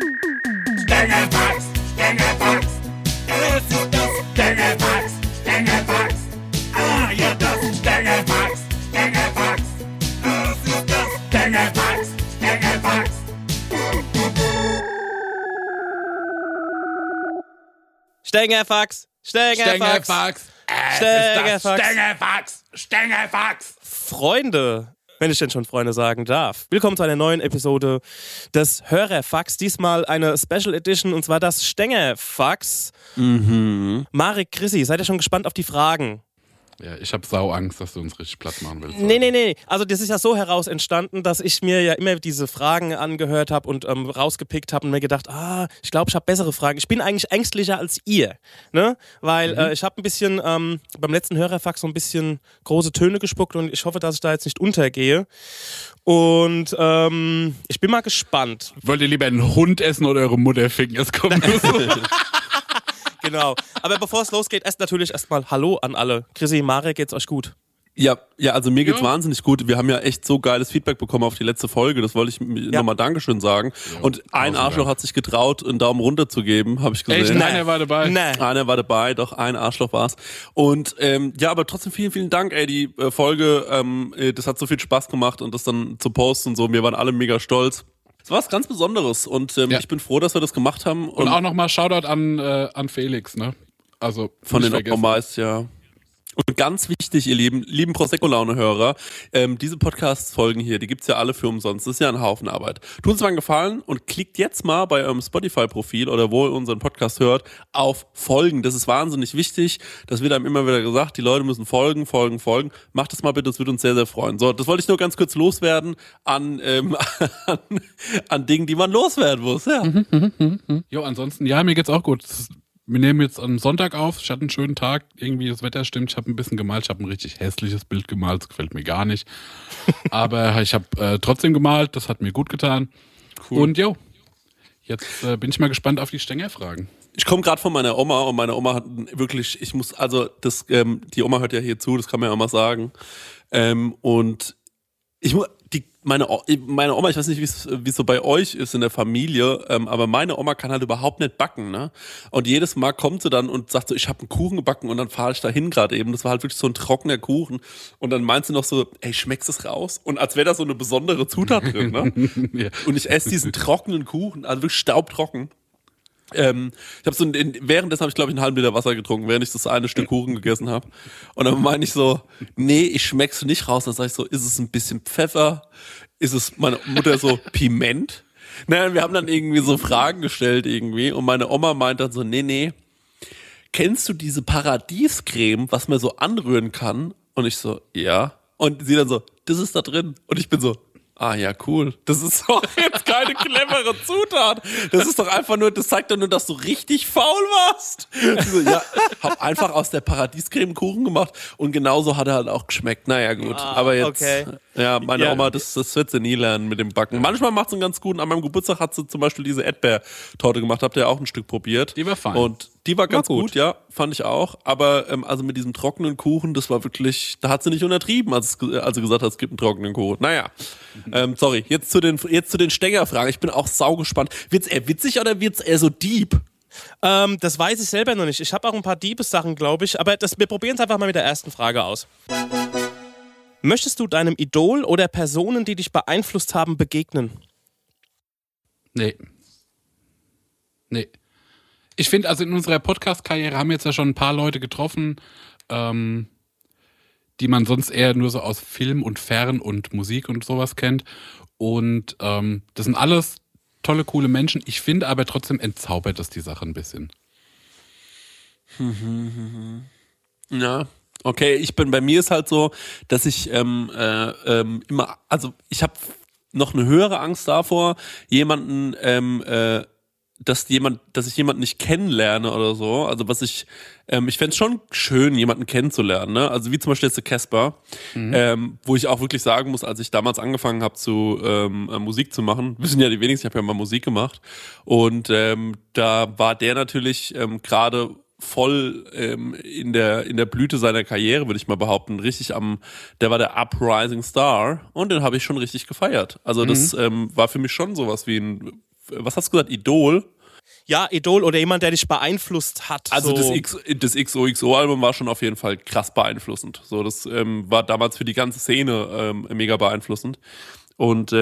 Stängelfax, Stängelfax. Was ist das? Stängelfax, Stängelfax. Ah, ja, das Stängelfax, Stängelfax. Was ist das? Stängelfax, Stängelfax. Stängelfax, Stängelfax, Stängelfax, Stängelfax. Freunde, wenn ich denn schon Freunde sagen darf. Willkommen zu einer neuen Episode des Hörerfax. Diesmal eine Special Edition und zwar das Stängelfax. Marek, Chrissy, seid ihr schon gespannt auf die Fragen? Ja, ich habe Sauangst, dass du uns richtig platt machen willst. Nee. Also das ist ja so heraus entstanden, dass ich mir ja immer diese Fragen angehört habe und rausgepickt habe und mir gedacht, ich glaube, ich habe bessere Fragen. Ich bin eigentlich ängstlicher als ihr, ne? Weil ich habe ein bisschen beim letzten Hörerfax so ein bisschen große Töne gespuckt und ich hoffe, dass ich da jetzt nicht untergehe. Und ich bin mal gespannt. Wollt ihr lieber einen Hund essen oder eure Mutter ficken? Jetzt kommt nur so. Genau. Aber bevor es losgeht, natürlich erstmal Hallo an alle. Chrissy, Marek, geht's euch gut? Ja, also mir geht's wahnsinnig gut. Wir haben ja echt so geiles Feedback bekommen auf die letzte Folge. Das wollte ich nochmal Dankeschön sagen. Ja, und ein Arschloch hat sich getraut, einen Daumen runter zu geben, habe ich gesehen. Echt? Nein, er war dabei. Nee. Einer war dabei, doch ein Arschloch war's. Und aber trotzdem vielen Dank, ey, die Folge, das hat so viel Spaß gemacht und das dann zu posten und so. Wir waren alle mega stolz. Es war was ganz Besonderes und ich bin froh, dass wir das gemacht haben. Und auch nochmal Shoutout an Felix, ne? Also von den Omas, ja. Und ganz wichtig, ihr lieben Prosecco-Laune-Hörer, diese Podcast-Folgen hier, die gibt's ja alle für umsonst. Das ist ja ein Haufen Arbeit. Tut uns mal einen Gefallen und klickt jetzt mal bei eurem Spotify-Profil oder wo ihr unseren Podcast hört, auf Folgen. Das ist wahnsinnig wichtig. Das wird einem immer wieder gesagt, die Leute müssen folgen. Macht das mal bitte, das würde uns sehr, sehr freuen. So, das wollte ich nur ganz kurz loswerden an Dingen, die man loswerden muss. Ja. Jo, ansonsten, ja, mir geht's auch gut. Wir nehmen jetzt am Sonntag auf, ich hatte einen schönen Tag, irgendwie das Wetter stimmt, ich habe ein bisschen gemalt, ich habe ein richtig hässliches Bild gemalt, das gefällt mir gar nicht. Aber ich habe trotzdem gemalt, das hat mir gut getan. Cool. Und jo, jetzt bin ich mal gespannt auf die Stängerfragen. Ich komme gerade von meiner Oma und meine Oma hat wirklich, die Oma hört ja hier zu, das kann man ja auch mal sagen. Meine Oma, ich weiß nicht, wie es so bei euch ist in der Familie, aber meine Oma kann halt überhaupt nicht backen, ne? Und jedes Mal kommt sie dann und sagt so, ich habe einen Kuchen gebacken und dann fahre ich dahin gerade eben. Das war halt wirklich so ein trockener Kuchen. Und dann meint sie noch so, ey, schmeckst du es raus? Und als wäre da so eine besondere Zutat drin, ne? Ja. Und ich esse diesen trockenen Kuchen, also wirklich staubtrocken. Ich habe währenddessen habe ich, glaube ich, einen halben Liter Wasser getrunken, während ich das eine Stück Kuchen gegessen habe. Und dann meine ich so, nee, ich schmeck's nicht raus. Dann sage ich so, ist es ein bisschen Pfeffer? Ist es, meine Mutter so, Piment? Naja, wir haben dann irgendwie so Fragen gestellt irgendwie. Und meine Oma meint dann so, nee, kennst du diese Paradiescreme, was man so anrühren kann? Und ich so, ja. Und sie dann so, das ist da drin. Und ich bin so, ah ja, cool. Das ist doch jetzt keine clevere Zutat. Das ist doch einfach nur, das zeigt doch nur, dass du richtig faul warst. So, ja, hab einfach aus der Paradiescreme Kuchen gemacht und genauso hat er halt auch geschmeckt. Naja, gut. Aber jetzt, okay. Ja, meine Oma, das wird sie nie lernen mit dem Backen. Manchmal macht sie einen ganz guten. An meinem Geburtstag hat sie zum Beispiel diese Erdbeertorte gemacht. Habt ihr auch ein Stück probiert? Die war fein. Und die war ganz gut, ja, fand ich auch. Aber also mit diesem trockenen Kuchen, das war wirklich, da hat sie nicht untertrieben, als sie gesagt hat, es gibt einen trockenen Kuchen. Naja, sorry, jetzt zu den Stängerfragen. Ich bin auch saugespannt. Wird's eher witzig oder wird's eher so deep? Das weiß ich selber noch nicht. Ich habe auch ein paar Diebessachen, glaube ich. Aber wir probieren es einfach mal mit der ersten Frage aus. Möchtest du deinem Idol oder Personen, die dich beeinflusst haben, begegnen? Nee. Ich finde, also in unserer Podcast-Karriere haben jetzt ja schon ein paar Leute getroffen, die man sonst eher nur so aus Film und Fern und Musik und sowas kennt. Und das sind alles tolle, coole Menschen. Ich finde aber trotzdem entzaubert das die Sache ein bisschen. Ja. Okay, bei mir ist halt so, dass ich immer, also ich habe noch eine höhere Angst davor, dass ich jemanden nicht kennenlerne oder so. Also ich fände es schon schön, jemanden kennenzulernen, ne? Also wie zum Beispiel jetzt der Casper, wo ich auch wirklich sagen muss, als ich damals angefangen habe Musik zu machen, wissen ja die wenigsten, ich habe ja mal Musik gemacht und da war der natürlich gerade voll in der Blüte seiner Karriere, würde ich mal behaupten, der war der Uprising Star und den habe ich schon richtig gefeiert. Also das war für mich schon sowas wie ein was hast du gesagt, Idol? Ja, Idol oder jemand, der dich beeinflusst hat. Also so. das XOXO-Album war schon auf jeden Fall krass beeinflussend. So, das war damals für die ganze Szene mega beeinflussend. Und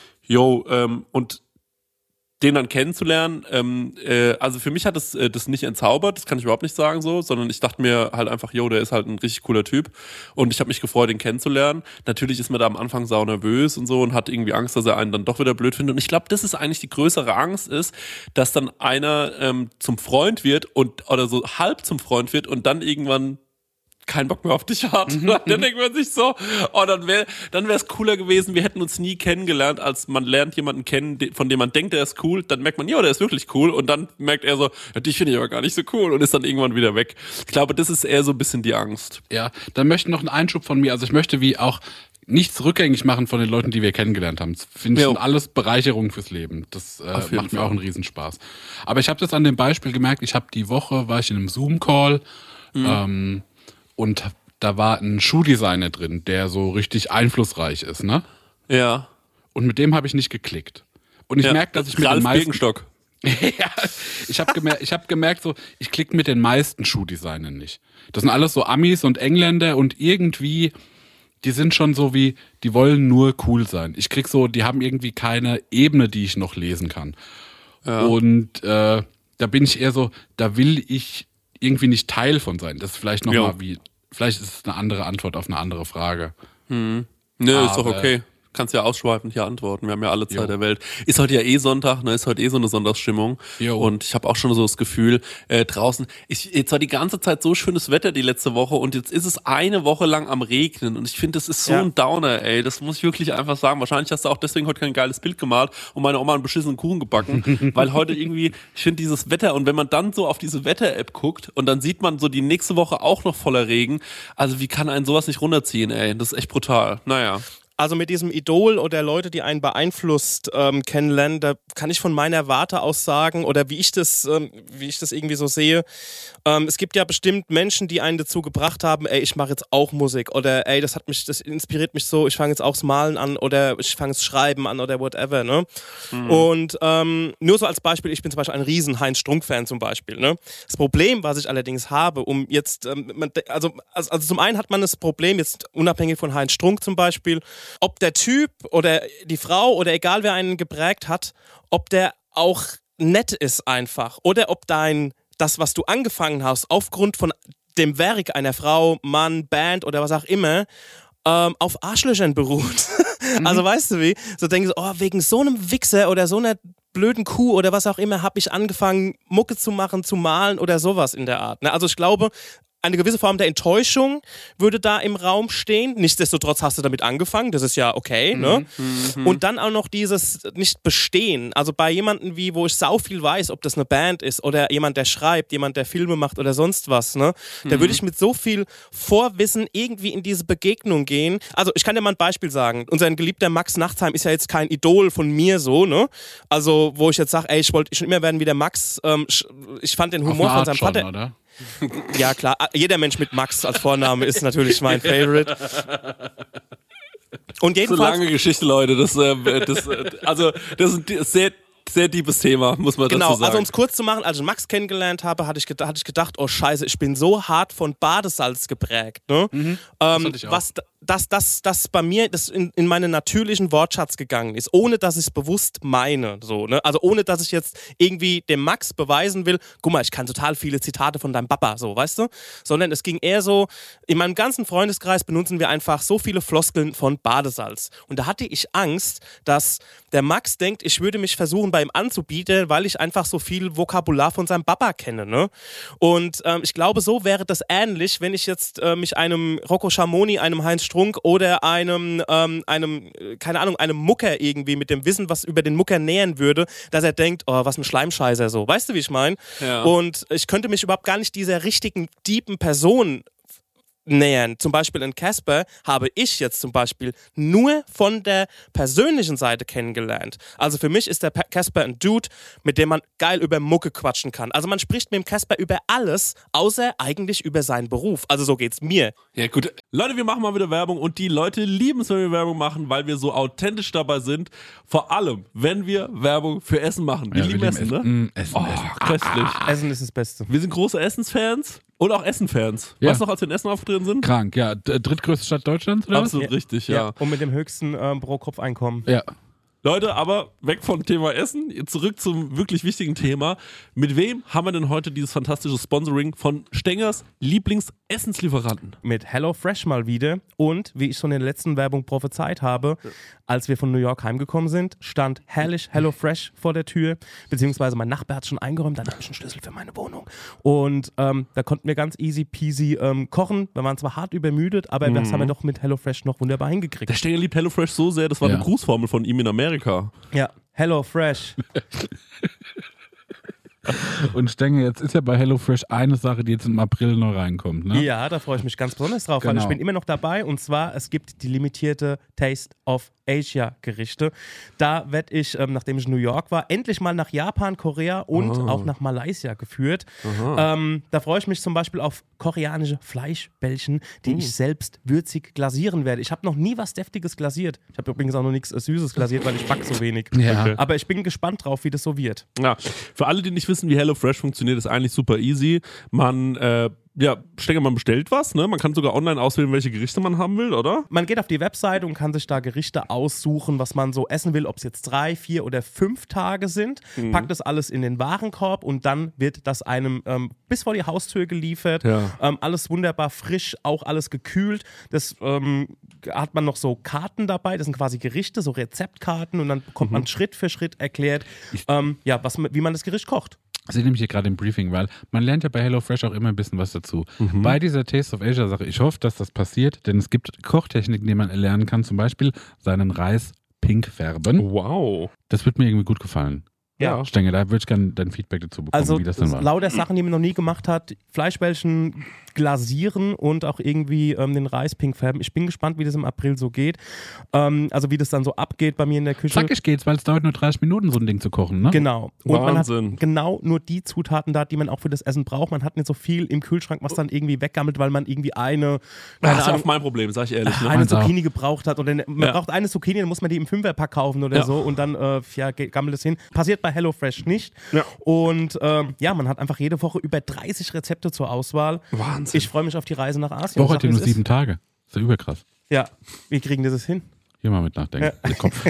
und den dann kennenzulernen, also für mich hat das nicht entzaubert, das kann ich überhaupt nicht sagen so, sondern ich dachte mir halt einfach, der ist halt ein richtig cooler Typ und ich habe mich gefreut, ihn kennenzulernen. Natürlich ist man da am Anfang sau nervös und so und hat irgendwie Angst, dass er einen dann doch wieder blöd findet und ich glaube, das ist eigentlich die größere Angst ist, dass dann einer zum Freund wird oder so halb zum Freund wird und dann irgendwann keinen Bock mehr auf dich hat. Dann denkt man sich so, dann wäre es cooler gewesen, wir hätten uns nie kennengelernt, als man lernt jemanden kennen, von dem man denkt, der ist cool, dann merkt man, der ist wirklich cool und dann merkt er so, dich finde ich aber gar nicht so cool und ist dann irgendwann wieder weg. Ich glaube, das ist eher so ein bisschen die Angst. Ja, dann möchte ich noch einen Einschub von mir, also ich möchte wie auch nichts rückgängig machen von den Leuten, die wir kennengelernt haben. Das finde ich schon alles Bereicherung fürs Leben. Das macht mir auch einen Riesenspaß. Aber ich habe das an dem Beispiel gemerkt, die Woche war ich in einem Zoom-Call, und da war ein Schuhdesigner drin, der so richtig einflussreich ist, ne? Ja. Und mit dem habe ich nicht geklickt. Und ich merke, dass ich mit den meisten... Birkenstock. Ja, ich hab gemerkt, so, ich klicke mit den meisten Schuhdesignern nicht. Das sind alles so Amis und Engländer und irgendwie, die sind schon so wie, die wollen nur cool sein. Ich krieg so, die haben irgendwie keine Ebene, die ich noch lesen kann. Ja. Und da bin ich eher so, da will ich irgendwie nicht Teil von sein. Das ist vielleicht nochmal vielleicht ist es eine andere Antwort auf eine andere Frage. Nö, ist doch okay. Kannst ja ausschweifend hier antworten. Wir haben ja alle Zeit der Welt. Ist heute ja Sonntag, ne? Ist heute so eine Sonntagsstimmung. Und ich habe auch schon so das Gefühl, draußen, jetzt war die ganze Zeit so schönes Wetter die letzte Woche und jetzt ist es eine Woche lang am Regnen und ich finde, das ist so ein Downer, ey. Das muss ich wirklich einfach sagen. Wahrscheinlich hast du auch deswegen heute kein geiles Bild gemalt und meine Oma einen beschissenen Kuchen gebacken, weil heute irgendwie, ich finde dieses Wetter und wenn man dann so auf diese Wetter-App guckt und dann sieht man so die nächste Woche auch noch voller Regen, also wie kann einen sowas nicht runterziehen, ey? Das ist echt brutal. Naja. Also mit diesem Idol oder Leute, die einen beeinflusst, kennenlernen, da kann ich von meiner Warte aus sagen oder wie ich das irgendwie so sehe, es gibt ja bestimmt Menschen, die einen dazu gebracht haben, ey, ich mache jetzt auch Musik oder ey, das inspiriert mich so, ich fange jetzt auch das Malen an oder ich fange das Schreiben an oder whatever, ne? Und nur so als Beispiel, ich bin zum Beispiel ein riesen Heinz Strunk-Fan zum Beispiel, ne? Das Problem, was ich allerdings habe, um jetzt, also zum einen hat man das Problem, jetzt unabhängig von Heinz Strunk zum Beispiel, ob der Typ oder die Frau oder egal wer einen geprägt hat, ob der auch nett ist einfach oder ob das, was du angefangen hast, aufgrund von dem Werk einer Frau, Mann, Band oder was auch immer, auf Arschlöchern beruht. Also weißt du wie? So denkst du, wegen so einem Wichser oder so einer blöden Kuh oder was auch immer habe ich angefangen, Mucke zu machen, zu malen oder sowas in der Art. Also ich glaube, eine gewisse Form der Enttäuschung würde da im Raum stehen. Nichtsdestotrotz hast du damit angefangen, das ist ja okay. Ne? Und dann auch noch dieses Nicht-Bestehen. Also bei jemandem wo ich sau viel weiß, ob das eine Band ist oder jemand, der schreibt, jemand, der Filme macht oder sonst was, ne? Da würde ich mit so viel Vorwissen irgendwie in diese Begegnung gehen. Also ich kann dir mal ein Beispiel sagen. Unser geliebter Max Nachtsheim ist ja jetzt kein Idol von mir so, ne? Also wo ich jetzt sage, ey, ich wollte schon immer werden wie der Max. Ich fand den Humor von seinem Vater... Oder? Ja, klar. Jeder Mensch mit Max als Vorname ist natürlich mein Favorite. Und jedenfalls. So lange Geschichte, Leute. Das ist ein sehr, sehr deepes Thema, muss man dazu sagen. Genau, also um es kurz zu machen, als ich Max kennengelernt habe, hatte ich gedacht, oh Scheiße, ich bin so hart von Badesalz geprägt. Ne? Das hatte ich auch. Das bei mir in meinen natürlichen Wortschatz gegangen ist, ohne dass ich es bewusst meine. So, ne? Also ohne, dass ich jetzt irgendwie dem Max beweisen will, guck mal, ich kann total viele Zitate von deinem Papa, so, weißt du? Sondern es ging eher so, in meinem ganzen Freundeskreis benutzen wir einfach so viele Floskeln von Badesalz. Und da hatte ich Angst, dass der Max denkt, ich würde mich versuchen, bei ihm anzubieten, weil ich einfach so viel Vokabular von seinem Papa kenne. Ne? Und ich glaube, so wäre das ähnlich, wenn ich jetzt mich einem Rocco Schamoni, einem Heinz Strunk oder einem Mucker irgendwie mit dem Wissen, was über den Mucker nähern würde, dass er denkt, oh, was ein Schleimscheißer so. Weißt du, wie ich meine? Ja. Und ich könnte mich überhaupt gar nicht dieser richtigen, deepen Person nähern. Zum Beispiel in Casper habe ich jetzt zum Beispiel nur von der persönlichen Seite kennengelernt. Also für mich ist der Casper ein Dude, mit dem man geil über Mucke quatschen kann. Also man spricht mit dem Casper über alles, außer eigentlich über seinen Beruf. Also so geht's mir. Ja gut, Leute, wir machen mal wieder Werbung und die Leute lieben es, wenn wir Werbung machen, weil wir so authentisch dabei sind. Vor allem, wenn wir Werbung für Essen machen. Wir lieben Essen, ne? Essen. Köstlich. Essen ist das Beste. Wir sind große Essensfans und auch Essenfans. Ja. Weißt du noch, als wir in Essen aufgetreten sind? Krank, ja. Drittgrößte Stadt Deutschlands, oder was? Absolut richtig, ja. Und mit dem höchsten Pro-Kopf-Einkommen. Ja. Leute, aber weg vom Thema Essen, zurück zum wirklich wichtigen Thema. Mit wem haben wir denn heute dieses fantastische Sponsoring von Stengers Lieblingsessenslieferanten? Mit HelloFresh mal wieder. Und wie ich schon in der letzten Werbung prophezeit habe, als wir von New York heimgekommen sind, stand herrlich HelloFresh vor der Tür. Beziehungsweise mein Nachbar hat schon eingeräumt, dann habe ich einen Schlüssel für meine Wohnung. Und da konnten wir ganz easy peasy kochen. Wir waren zwar hart übermüdet, aber das haben wir doch mit HelloFresh noch wunderbar hingekriegt. Der Stenger liebt HelloFresh so sehr, das war eine Ja. Grußformel von ihm in Amerika. Ja, HelloFresh. Und Stenge, jetzt ist ja bei HelloFresh eine Sache, die jetzt im April noch reinkommt, ne? Ja, da freue ich mich ganz besonders drauf, weil Genau. ich bin immer noch dabei. Und zwar, es gibt die limitierte Taste of Asia Gerichte. Da werde ich, nachdem ich in New York war, endlich mal nach Japan, Korea und auch nach Malaysia geführt. Da freue ich mich zum Beispiel auf koreanische Fleischbällchen, die ich selbst würzig glasieren werde. Ich habe noch nie was Deftiges glasiert. Ich habe übrigens auch noch nichts Süßes glasiert, weil ich backe so wenig. Ja. Okay. Aber ich bin gespannt drauf, wie das so wird. Ja, für alle, die nicht wissen, wie HelloFresh funktioniert, ist eigentlich super easy. Man, Stenger, man bestellt was, ne? Man kann sogar online auswählen, welche Gerichte man haben will, oder? Man geht auf die Webseite und kann sich da Gerichte aussuchen, was man so essen will, ob es jetzt 3, 4 oder 5 Tage sind. Packt das alles in den Warenkorb und dann wird das einem bis vor die Haustür geliefert. Ja. Alles wunderbar frisch, auch alles gekühlt. Das hat man noch so Karten dabei, das sind quasi Gerichte, so Rezeptkarten und dann bekommt man Schritt für Schritt erklärt, wie man das Gericht kocht. Ich sehe nämlich hier gerade im Briefing, weil man lernt ja bei HelloFresh auch immer ein bisschen was dazu. Bei dieser Taste of Asia Sache, ich hoffe, dass das passiert, denn es gibt Kochtechniken, die man erlernen kann, zum Beispiel seinen Reis pink färben. Wow. Das wird mir irgendwie gut gefallen. Ja. Stenge, da würde ich gerne dein Feedback dazu bekommen, Also wie das denn war. lauter Sachen, die man noch nie gemacht hat, Fleischbällchen glasieren und auch irgendwie den Reis pink färben. Ich bin gespannt, wie das im April so geht. Also wie das dann so abgeht bei mir in der Küche. Zackig geht's, weil es dauert nur 30 Minuten, so ein Ding zu kochen, ne? Genau. Und man hat Wahnsinn. genau nur die Zutaten da, die man auch für das Essen braucht. Man hat nicht so viel im Kühlschrank, was dann irgendwie weggammelt, weil man irgendwie eine, keine Das ist auch Ahnung, mein Problem, sag ich ehrlich. Ne? eine Meins auch. Zucchini gebraucht hat. Oder man braucht eine Zucchini, dann muss man die im Fünferpack kaufen oder Ja. so und dann gammelt es hin. Passiert bei HelloFresh nicht. Ja. Und man hat einfach jede Woche über 30 Rezepte zur Auswahl. Wahnsinn. Ich freue mich auf die Reise nach Asien. Woche Sag, hat ja wie nur es 7 ist. Tage. Ist ja überkrass. Ja, wie kriegen die das hin? Hier mal mit nachdenken. Kopf.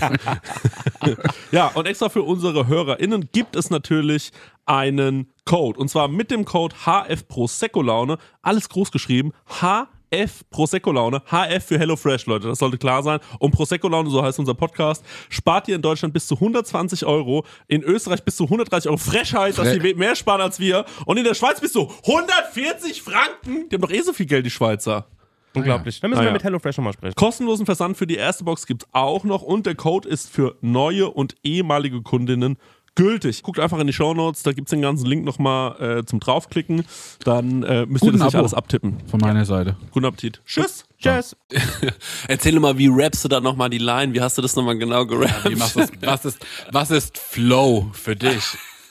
Ja, und extra für unsere HörerInnen gibt es natürlich einen Code. Und zwar mit dem Code HF Prosecco Laune. Alles groß geschrieben. HF Prosecco Laune. HF für HelloFresh, Leute. Das sollte klar sein. Und Prosecco Laune, so heißt unser Podcast, spart ihr in Deutschland bis zu 120 €. In Österreich bis zu 130 €. Frechheit, dass die mehr sparen als wir. Und in der Schweiz bis zu 140 Franken. Die haben doch eh so viel Geld, die Schweizer. Unglaublich. Dann müssen Ah, wir ja. mit HelloFresh nochmal sprechen. Kostenlosen Versand für die erste Box gibt's auch noch und der Code ist für neue und ehemalige Kundinnen gültig. Guckt einfach in die Shownotes, da gibt's den ganzen Link nochmal zum draufklicken. Dann müsst ihr Guten das nicht Abo. alles abtippen. Von meiner Seite. Guten Appetit. Tschüss. Tschüss. Erzähl mal, wie rappst du da nochmal die Line? Wie hast du das nochmal genau gerappt? Wie machst du's? Was ist Flow für dich?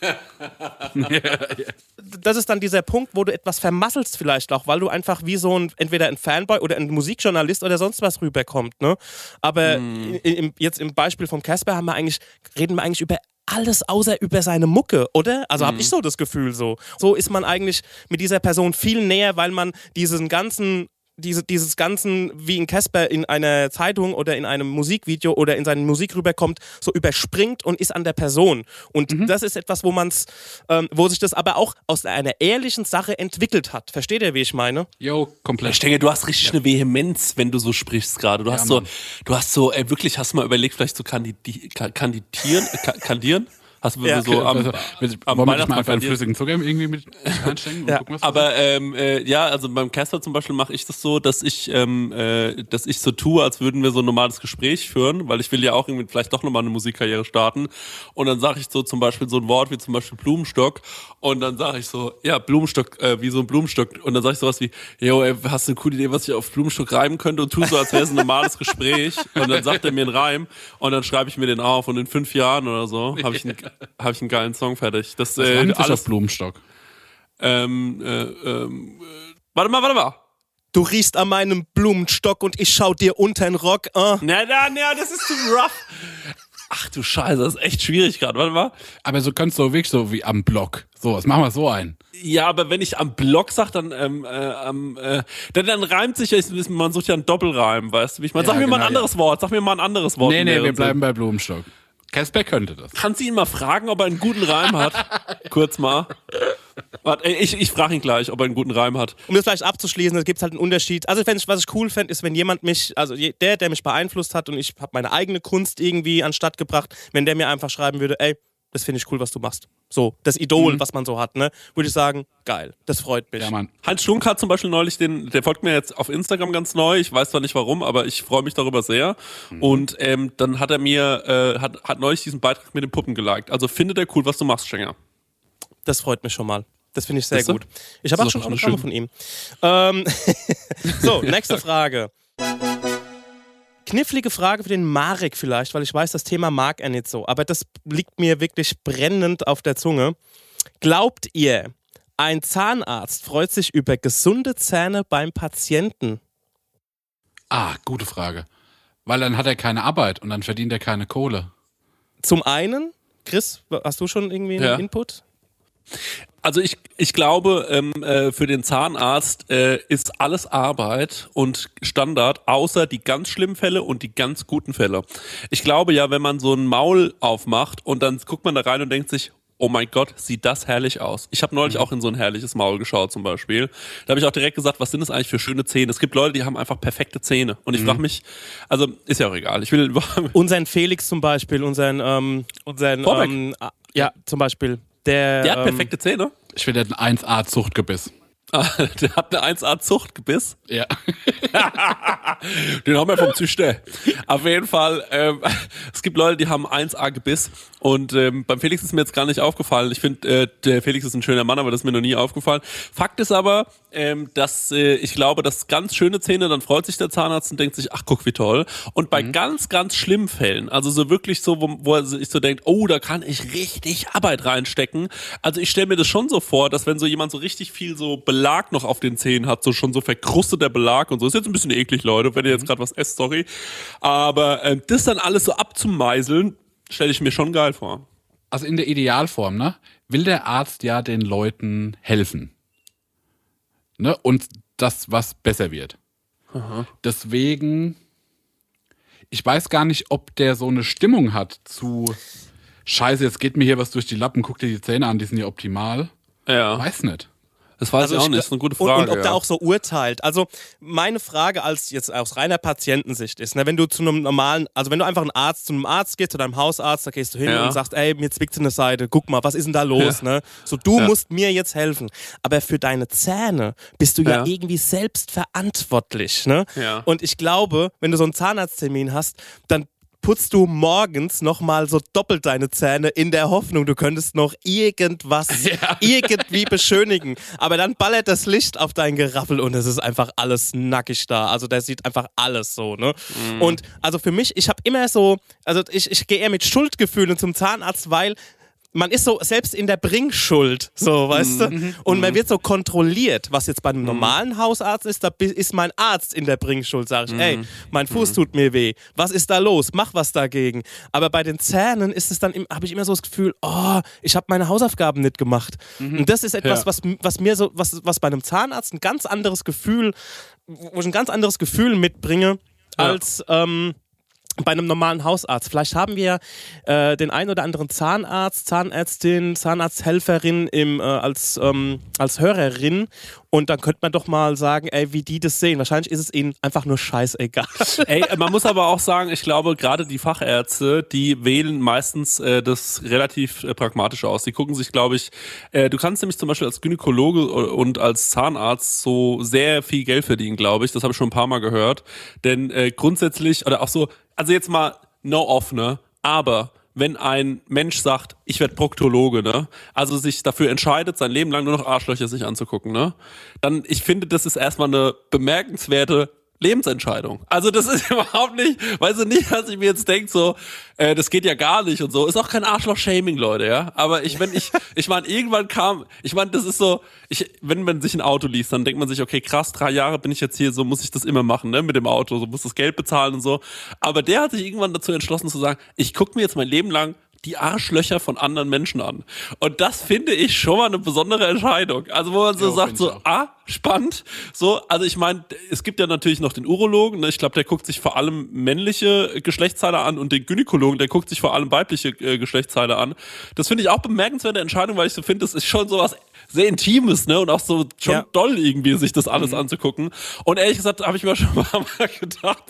Das ist dann dieser Punkt, wo du etwas vermasselst vielleicht auch, weil du einfach wie so entweder ein Fanboy oder ein Musikjournalist oder sonst was rüberkommt, ne? Aber jetzt im Beispiel vom Casper reden wir eigentlich über alles außer über seine Mucke, oder? Also habe ich so das Gefühl so. So ist man eigentlich mit dieser Person viel näher, weil man dieses ganzen, wie in Casper in einer Zeitung oder in einem Musikvideo oder in seine Musik rüberkommt, so überspringt und ist an der Person. Und das ist etwas, wo sich das aber auch aus einer ehrlichen Sache entwickelt hat. Versteht ihr, wie ich meine? Jo, komplett. Ich denke, du hast richtig eine Vehemenz, wenn du so sprichst gerade. Wirklich, hast du mal überlegt, vielleicht zu kandidieren? Hast du Ja. so am wollen wir nicht mal Weihnachtsmarkt einfach einen bei dir? flüssigen Zucker irgendwie mit reinstecken und Ja. gucken, was Aber ja, also beim Casper zum Beispiel mache ich das so, dass ich so tue, als würden wir so ein normales Gespräch führen, weil ich will ja auch irgendwie vielleicht doch nochmal eine Musikkarriere starten. Und dann sage ich so zum Beispiel so ein Wort wie zum Beispiel Blumenstock und dann sage ich so, ja, Blumenstock, wie so ein Blumenstock. Und dann sage ich sowas wie, yo, ey, hast du eine coole Idee, was ich auf Blumenstock reimen könnte, und tu so, als wäre es ein normales Gespräch. Und dann sagt er mir einen Reim und dann schreibe ich mir den auf und in 5 Jahren oder so habe ich einen geilen Song fertig. Das reimt sich alles auf Blumenstock. Warte mal. Du riechst an meinem Blumenstock und ich schau dir unter den Rock. Na, das ist zu rough. Ach du Scheiße, das ist echt schwierig gerade. Warte mal. Aber so kannst du wirklich so wie am Block. So, was machen wir so ein? Ja, aber wenn ich am Block sag, dann reimt sich ja, man sucht ja einen Doppelreim, weißt du, wie ich meine? Sag Ja, mir mal ein genau, anderes Wort, sag mir mal ein anderes Wort. Nee, in der wir Zeit. bleiben bei Blumenstock. Casper könnte das. Kannst du ihn mal fragen, ob er einen guten Reim hat? Kurz mal. Warte, ich frage ihn gleich, ob er einen guten Reim hat. Um das vielleicht abzuschließen, da gibt es halt einen Unterschied. Also was ich cool fände, ist, wenn jemand mich, also der mich beeinflusst hat und ich habe meine eigene Kunst irgendwie anstatt gebracht, wenn der mir einfach schreiben würde, ey, das finde ich cool, was du machst. So, das Idol, was man so hat, ne? Würde ich sagen, geil, das freut mich. Ja, Mann. Heinz Strunk hat zum Beispiel neulich der folgt mir jetzt auf Instagram ganz neu, ich weiß zwar nicht warum, aber ich freue mich darüber sehr. Und dann hat er mir, hat neulich diesen Beitrag mit den Puppen geliked. Also findet er cool, was du machst, Schenger. Das freut mich schon mal. Das finde ich sehr Siehst du? gut. Ich habe auch Das schon ist doch Autogramme eine von ihm. So, nächste Frage. Knifflige Frage für den Marek vielleicht, weil ich weiß, das Thema mag er nicht so. Aber das liegt mir wirklich brennend auf der Zunge. Glaubt ihr, ein Zahnarzt freut sich über gesunde Zähne beim Patienten? Ah, gute Frage. Weil dann hat er keine Arbeit und dann verdient er keine Kohle. Zum einen, Chris, hast du schon irgendwie einen Input? Also ich glaube, für den Zahnarzt ist alles Arbeit und Standard, außer die ganz schlimmen Fälle und die ganz guten Fälle. Ich glaube ja, wenn man so ein Maul aufmacht und dann guckt man da rein und denkt sich, oh mein Gott, sieht das herrlich aus. Ich habe neulich auch in so ein herrliches Maul geschaut zum Beispiel. Da habe ich auch direkt gesagt, was sind das eigentlich für schöne Zähne? Es gibt Leute, die haben einfach perfekte Zähne. Und ich frage mich, also ist ja auch egal. Ich will Unseren Felix zum Beispiel, unseren ja, zum Beispiel. Der hat perfekte Zähne. Ich will, der hat ein 1A-Zuchtgebiss. Der hat eine 1A-Zuchtgebiss. Ja. Den haben wir vom Züchter. Auf jeden Fall, es gibt Leute, die haben 1A-Gebiss und beim Felix ist mir jetzt gar nicht aufgefallen. Ich finde, der Felix ist ein schöner Mann, aber das ist mir noch nie aufgefallen. Fakt ist aber, dass ich glaube, dass ganz schöne Zähne, dann freut sich der Zahnarzt und denkt sich, ach guck, wie toll. Und bei ganz, ganz schlimmen Fällen, also so wirklich so, wo er sich so denkt, oh, da kann ich richtig Arbeit reinstecken. Also ich stelle mir das schon so vor, dass wenn so jemand so richtig viel so Belag noch auf den Zähnen hat, so schon so verkrusteter Belag und so. Ist jetzt ein bisschen eklig, Leute, wenn ihr jetzt gerade was esst, sorry. Aber das dann alles so abzumeißeln, stelle ich mir schon geil vor. Also in der Idealform, ne, will der Arzt ja den Leuten helfen. Ne, und das, was besser wird. Aha. Deswegen, ich weiß gar nicht, ob der so eine Stimmung hat zu Scheiße, jetzt geht mir hier was durch die Lappen, guck dir die Zähne an, die sind ja optimal. Ja. Weiß nicht. Das weiß ich auch nicht, das ist eine gute Frage. Und ob der auch so urteilt. Also meine Frage als jetzt aus reiner Patientensicht ist, ne, wenn du zu einem normalen, also wenn du einfach zu einem Arzt gehst, zu deinem Hausarzt, da gehst du hin und sagst, ey, mir zwickt eine Seite, guck mal, was ist denn da los? Ne? So, du musst mir jetzt helfen. Aber für deine Zähne bist du ja irgendwie selbst verantwortlich. Ne? Ja. Und ich glaube, wenn du so einen Zahnarzttermin hast, dann putzt du morgens nochmal so doppelt deine Zähne in der Hoffnung, du könntest noch irgendwas irgendwie beschönigen. Aber dann ballert das Licht auf dein Geraffel und es ist einfach alles nackig da. Also der sieht einfach alles so, ne? Und also für mich, ich habe immer so, also ich gehe eher mit Schuldgefühlen zum Zahnarzt, weil man ist so selbst in der Bringschuld, so, weißt du? Und man wird so kontrolliert, was jetzt bei einem normalen Hausarzt ist, da ist mein Arzt in der Bringschuld, sage ich, ey, mein Fuß tut mir weh, was ist da los? Mach was dagegen. Aber bei den Zähnen ist es dann, habe ich immer so das Gefühl, oh, ich habe meine Hausaufgaben nicht gemacht. Und das ist etwas, was mir so, was bei einem Zahnarzt ein ganz anderes Gefühl, wo ich ein ganz anderes Gefühl mitbringe, als bei einem normalen Hausarzt. Vielleicht haben wir den einen oder anderen Zahnarzt, Zahnärztin, Zahnarzthelferin als Hörerin und dann könnte man doch mal sagen, ey, wie die das sehen. Wahrscheinlich ist es ihnen einfach nur scheißegal. Ey, man muss aber auch sagen, ich glaube, gerade die Fachärzte, die wählen meistens das relativ pragmatisch aus. Die gucken sich, glaube ich, du kannst nämlich zum Beispiel als Gynäkologe und als Zahnarzt so sehr viel Geld verdienen, glaube ich. Das habe ich schon ein paar Mal gehört. Denn grundsätzlich, oder auch so, also jetzt mal no off, ne? Aber wenn ein Mensch sagt, ich werde Proktologe, ne? Also sich dafür entscheidet, sein Leben lang nur noch Arschlöcher sich anzugucken, ne? Dann, ich finde, das ist erstmal eine bemerkenswerte Lebensentscheidung. Also das ist überhaupt nicht, weißt du, nicht, dass ich mir jetzt denke, so, das geht ja gar nicht und so. Ist auch kein Arschloch-Shaming, Leute, ja. Aber ich meine, irgendwann kam, ich meine, das ist so, wenn man sich ein Auto liest, dann denkt man sich, okay, krass, 3 Jahre bin ich jetzt hier, so muss ich das immer machen, ne, mit dem Auto, so muss das Geld bezahlen und so. Aber der hat sich irgendwann dazu entschlossen zu sagen, ich gucke mir jetzt mein Leben lang die Arschlöcher von anderen Menschen an. Und das finde ich schon mal eine besondere Entscheidung. Also wo man so sagt, so, spannend. So, also ich meine, es gibt ja natürlich noch den Urologen, ne? Ich glaube, der guckt sich vor allem männliche Geschlechtsteile an und den Gynäkologen, der guckt sich vor allem weibliche Geschlechtsteile an. Das finde ich auch bemerkenswerte Entscheidung, weil ich so finde, das ist schon sowas sehr Intimes, ne? Und auch so schon doll irgendwie, sich das alles anzugucken. Und ehrlich gesagt, habe ich mir schon ein paar Mal gedacht,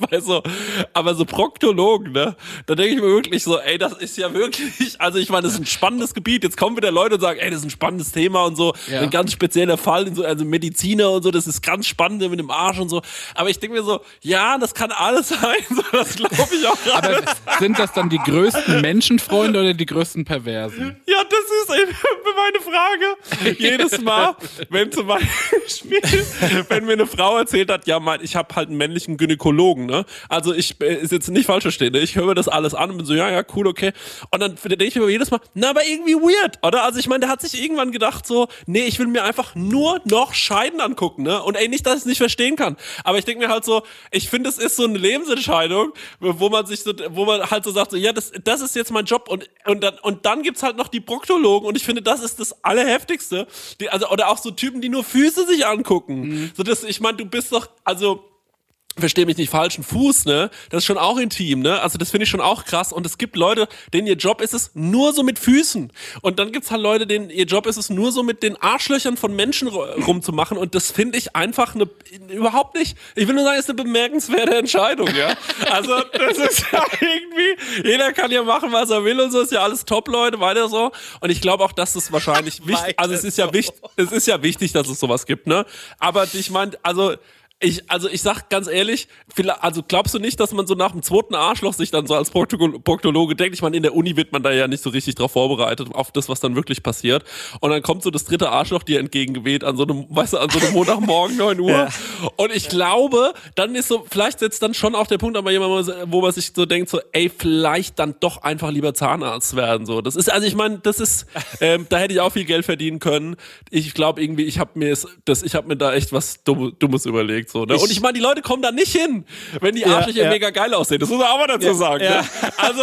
aber so Proktologen, ne? Da denke ich mir wirklich so, ey, das ist ja wirklich, also ich meine, das ist ein spannendes Gebiet. Jetzt kommen wieder Leute und sagen, ey, das ist ein spannendes Thema und so. Ja. Ein ganz spezieller Fall, so, also Mediziner und so, das ist ganz spannend mit dem Arsch und so. Aber ich denke mir so, ja, das kann alles sein. So, das glaube ich auch gerade. Aber sind das dann die größten Menschenfreunde oder die größten Perversen? Ja, das ist meine Frage. Jedes Mal, wenn zum Beispiel, wenn mir eine Frau erzählt hat, ja, ich habe halt einen männlichen Gynäkologen, ne? Also ist jetzt nicht falsch verstehen, ne? Ich höre mir das alles an und bin so, ja, cool, okay. Und dann denke ich mir jedes Mal, na, aber irgendwie weird, oder? Also ich meine, der hat sich irgendwann gedacht so, nee, ich will mir einfach nur noch Scheiden angucken, ne? Und ey, nicht, dass ich es nicht verstehen kann. Aber ich denke mir halt so, ich finde, es ist so eine Lebensentscheidung, wo man halt so sagt, so, ja, das ist jetzt mein Job und dann gibt's halt noch die Proktologen und ich finde, das ist das Allerheftigste. Oder auch so Typen, die nur Füße sich angucken. Mhm. So, ich meine, du bist doch, also, versteh mich nicht falsch, ein Fuß, ne? Das ist schon auch intim, ne? Also das finde ich schon auch krass. Und es gibt Leute, denen ihr Job ist es nur so mit Füßen. Und dann gibt's halt Leute, denen ihr Job ist es nur so mit den Arschlöchern von Menschen rumzumachen. Und das finde ich einfach überhaupt nicht. Ich will nur sagen, es ist eine bemerkenswerte Entscheidung, ja? Also das ist ja irgendwie, jeder kann ja machen, was er will und so, ist ja alles top, Leute, weiter so. Und ich glaube auch, dass es wahrscheinlich wichtig, also es ist ja wichtig, dass es sowas gibt, ne? Aber ich meine, ich sag ganz ehrlich, also glaubst du nicht, dass man so nach dem zweiten Arschloch sich dann so als Proktologe denkt? Ich meine, in der Uni wird man da ja nicht so richtig drauf vorbereitet, auf das, was dann wirklich passiert. Und dann kommt so das dritte Arschloch dir entgegengeweht an so einem Montagmorgen 9 Uhr. Ja. Und ich glaube, dann ist so, vielleicht setzt dann schon auch der Punkt an bei jemandem, wo man sich so denkt, so, ey, vielleicht dann doch einfach lieber Zahnarzt werden. So, das ist, also ich meine, das ist, da hätte ich auch viel Geld verdienen können. Ich glaube irgendwie, ich habe mir da echt was Dummes überlegt. So, ne? Und ich meine, die Leute kommen da nicht hin, wenn die Arschlöcher mega geil aussehen. Das muss man auch mal dazu sagen. Ja. Ne? Also,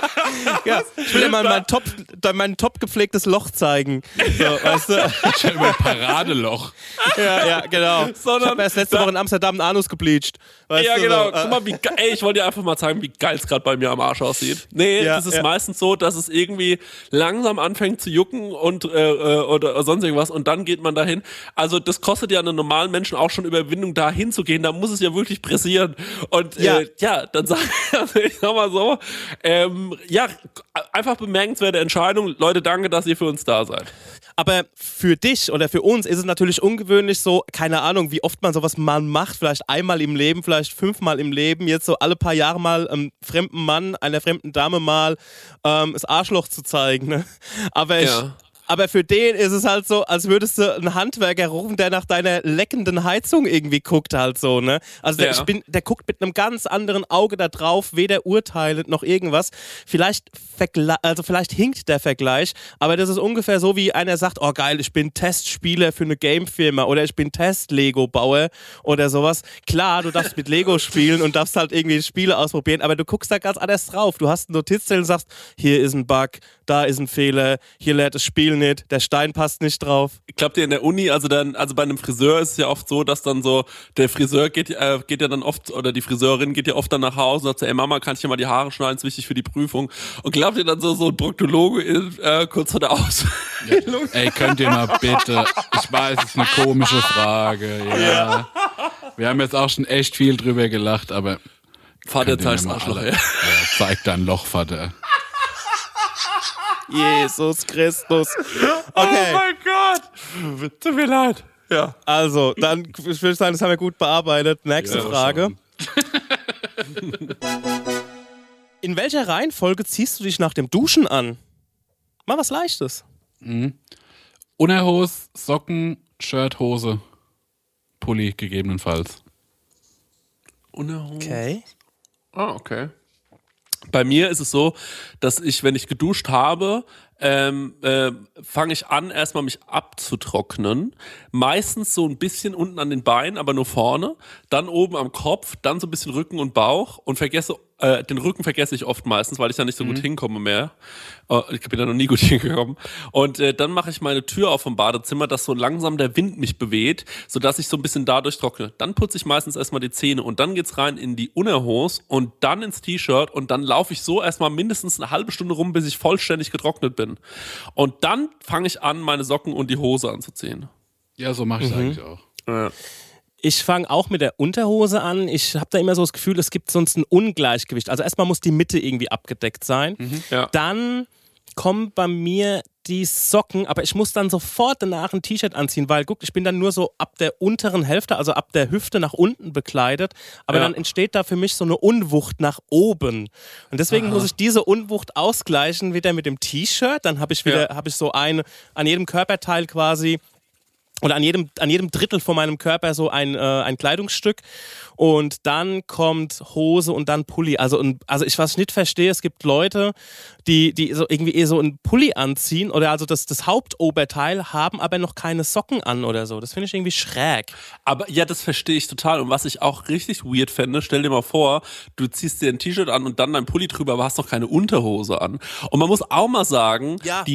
ich will dir mal mein top gepflegtes Loch zeigen. So, weißt du? Ich habe immer ein Paradeloch. Ja, genau. Ich habe erst letzte Woche in Amsterdam einen Anus gebleached. Ja, genau. So, guck mal, ich wollte dir einfach mal zeigen, wie geil es gerade bei mir am Arsch aussieht. Nee, das ist meistens so, dass es irgendwie langsam anfängt zu jucken und oder sonst irgendwas und dann geht man dahin. Also das kostet ja einen normalen Menschen auch schon Überwindung, da hinzugehen, da muss es ja wirklich pressieren. Und dann ich sag mal so, einfach bemerkenswerte Entscheidung. Leute, danke, dass ihr für uns da seid. Aber für dich oder für uns ist es natürlich ungewöhnlich so, keine Ahnung, wie oft man sowas mal macht, vielleicht einmal im Leben, vielleicht 5-mal im Leben, jetzt so alle paar Jahre mal einem fremden Mann, einer fremden Dame mal das Arschloch zu zeigen. Ne? Aber für den ist es halt so, als würdest du einen Handwerker rufen, der nach deiner leckenden Heizung irgendwie guckt halt so, ne? Also der guckt mit einem ganz anderen Auge da drauf, weder urteilend noch irgendwas. Vielleicht hinkt der Vergleich, aber das ist ungefähr so, wie einer sagt, oh geil, ich bin Testspieler für eine Gamefirma oder ich bin Test-Lego-Bauer oder sowas. Klar, du darfst mit Lego spielen und darfst halt irgendwie Spiele ausprobieren, aber du guckst da ganz anders drauf. Du hast einen Notizzettel und sagst, hier ist ein Bug, da ist ein Fehler, hier lädt das Spiel nicht, der Stein passt nicht drauf. Klappt ihr in der Uni, also bei einem Friseur ist es ja oft so, dass dann so, der Friseur geht ja dann oft, oder die Friseurin geht ja oft dann nach Hause und sagt so, ey Mama, kann ich dir mal die Haare schneiden, ist wichtig für die Prüfung. Und glaubt ihr dann so ein Proktologe kurz vor der Ausbildung? Ja. Ey, könnt ihr mal bitte, ich weiß, es ist eine komische Frage, ja. Wir haben jetzt auch schon echt viel drüber gelacht, aber... Vater zeigt das Arschloch, ja. Zeig dein Loch, Vater. Jesus Christus. Okay. Oh mein Gott. Tut mir leid. Ja. Also, dann ich würde sagen, das haben wir gut bearbeitet. Nächste Frage. In welcher Reihenfolge ziehst du dich nach dem Duschen an? Mal was Leichtes. Unterhose, Socken, Shirt, Hose, Pulli gegebenenfalls. Unterhose. Okay. Ah, okay. Bei mir ist es so, dass ich, wenn ich geduscht habe, fange ich an, erstmal mich abzutrocknen. Meistens so ein bisschen unten an den Beinen, aber nur vorne. Dann oben am Kopf, dann so ein bisschen Rücken und Bauch und den Rücken vergesse ich oft meistens, weil ich da nicht so gut hinkomme mehr. Ich bin da noch nie gut hingekommen. Und dann mache ich meine Tür auf vom Badezimmer, dass so langsam der Wind mich beweht, sodass ich so ein bisschen dadurch trockne. Dann putze ich meistens erstmal die Zähne und dann geht's rein in die Unterhose und dann ins T-Shirt und dann laufe ich so erstmal mindestens eine halbe Stunde rum, bis ich vollständig getrocknet bin. Und dann fange ich an, meine Socken und die Hose anzuziehen. Ja, so mache ich es eigentlich auch. Ja. Ich fange auch mit der Unterhose an. Ich habe da immer so das Gefühl, es gibt sonst ein Ungleichgewicht. Also erstmal muss die Mitte irgendwie abgedeckt sein. Ja. Dann kommen bei mir die Socken, aber ich muss dann sofort danach ein T-Shirt anziehen, weil guck, ich bin dann nur so ab der unteren Hälfte, also ab der Hüfte nach unten bekleidet, aber dann entsteht da für mich so eine Unwucht nach oben. Und deswegen muss ich diese Unwucht ausgleichen wieder mit dem T-Shirt. Dann habe ich so an jedem Körperteil quasi oder an jedem Drittel von meinem Körper so ein Kleidungsstück und dann kommt Hose und dann Pulli. Also was ich nicht verstehe, es gibt Leute, die so irgendwie eher so einen Pulli anziehen oder also das Hauptoberteil haben, aber noch keine Socken an oder so. Das finde ich irgendwie schräg. Aber ja, das verstehe ich total. Und was ich auch richtig weird fände, stell dir mal vor, du ziehst dir ein T-Shirt an und dann dein Pulli drüber, aber hast noch keine Unterhose an. Und man muss auch mal sagen,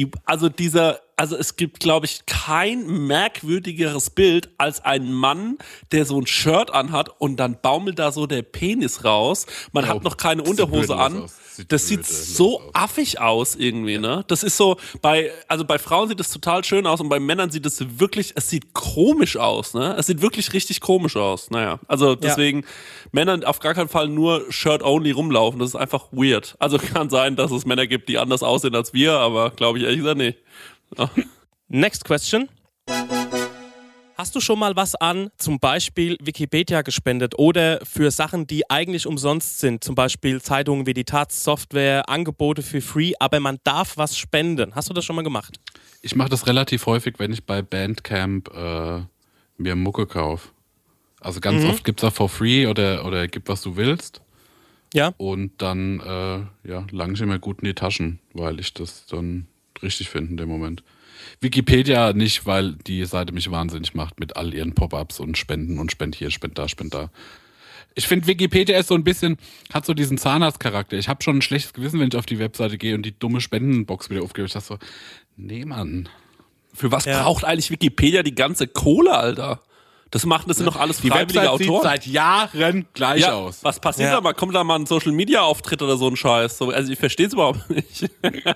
also es gibt, glaube ich, kein merkwürdigeres Bild als ein Mann, der so ein Shirt anhat und dann baumelt da so der Penis raus. Man hat noch keine Unterhose an. Das sieht so affig aus irgendwie, ne? Das ist so, bei Frauen sieht das total schön aus und bei Männern sieht es sieht komisch aus, ne? Es sieht wirklich richtig komisch aus. Naja, also deswegen Männer auf gar keinen Fall nur Shirt-only rumlaufen. Das ist einfach weird. Also kann sein, dass es Männer gibt, die anders aussehen als wir, aber glaube ich ehrlich gesagt nicht. Oh. Next question. Hast du schon mal was an, zum Beispiel Wikipedia gespendet oder für Sachen, die eigentlich umsonst sind, zum Beispiel Zeitungen wie die Taz, Software, Angebote für free, aber man darf was spenden? Hast du das schon mal gemacht? Ich mache das relativ häufig, wenn ich bei Bandcamp mir Mucke kaufe. Also ganz oft gibt's da for free oder gib, was du willst. Ja. Und dann lange ich immer gut in die Taschen, weil ich das dann richtig finde in dem Moment. Wikipedia nicht, weil die Seite mich wahnsinnig macht mit all ihren Pop-ups und Spenden und Spend hier, Spend da, Spend da. Ich finde, Wikipedia ist so ein bisschen, hat so diesen Zahnarzt-Charakter. Ich habe schon ein schlechtes Gewissen, wenn ich auf die Webseite gehe und die dumme Spendenbox wieder aufgebe. Ich dachte so, nee, Mann. Für was braucht eigentlich Wikipedia die ganze Kohle, Alter? Das sind doch alles freiwillige Website Autoren. sieht seit Jahren gleich aus. Was passiert da mal? Kommt da mal ein Social-Media-Auftritt oder so ein Scheiß? So, also ich verstehe es überhaupt nicht.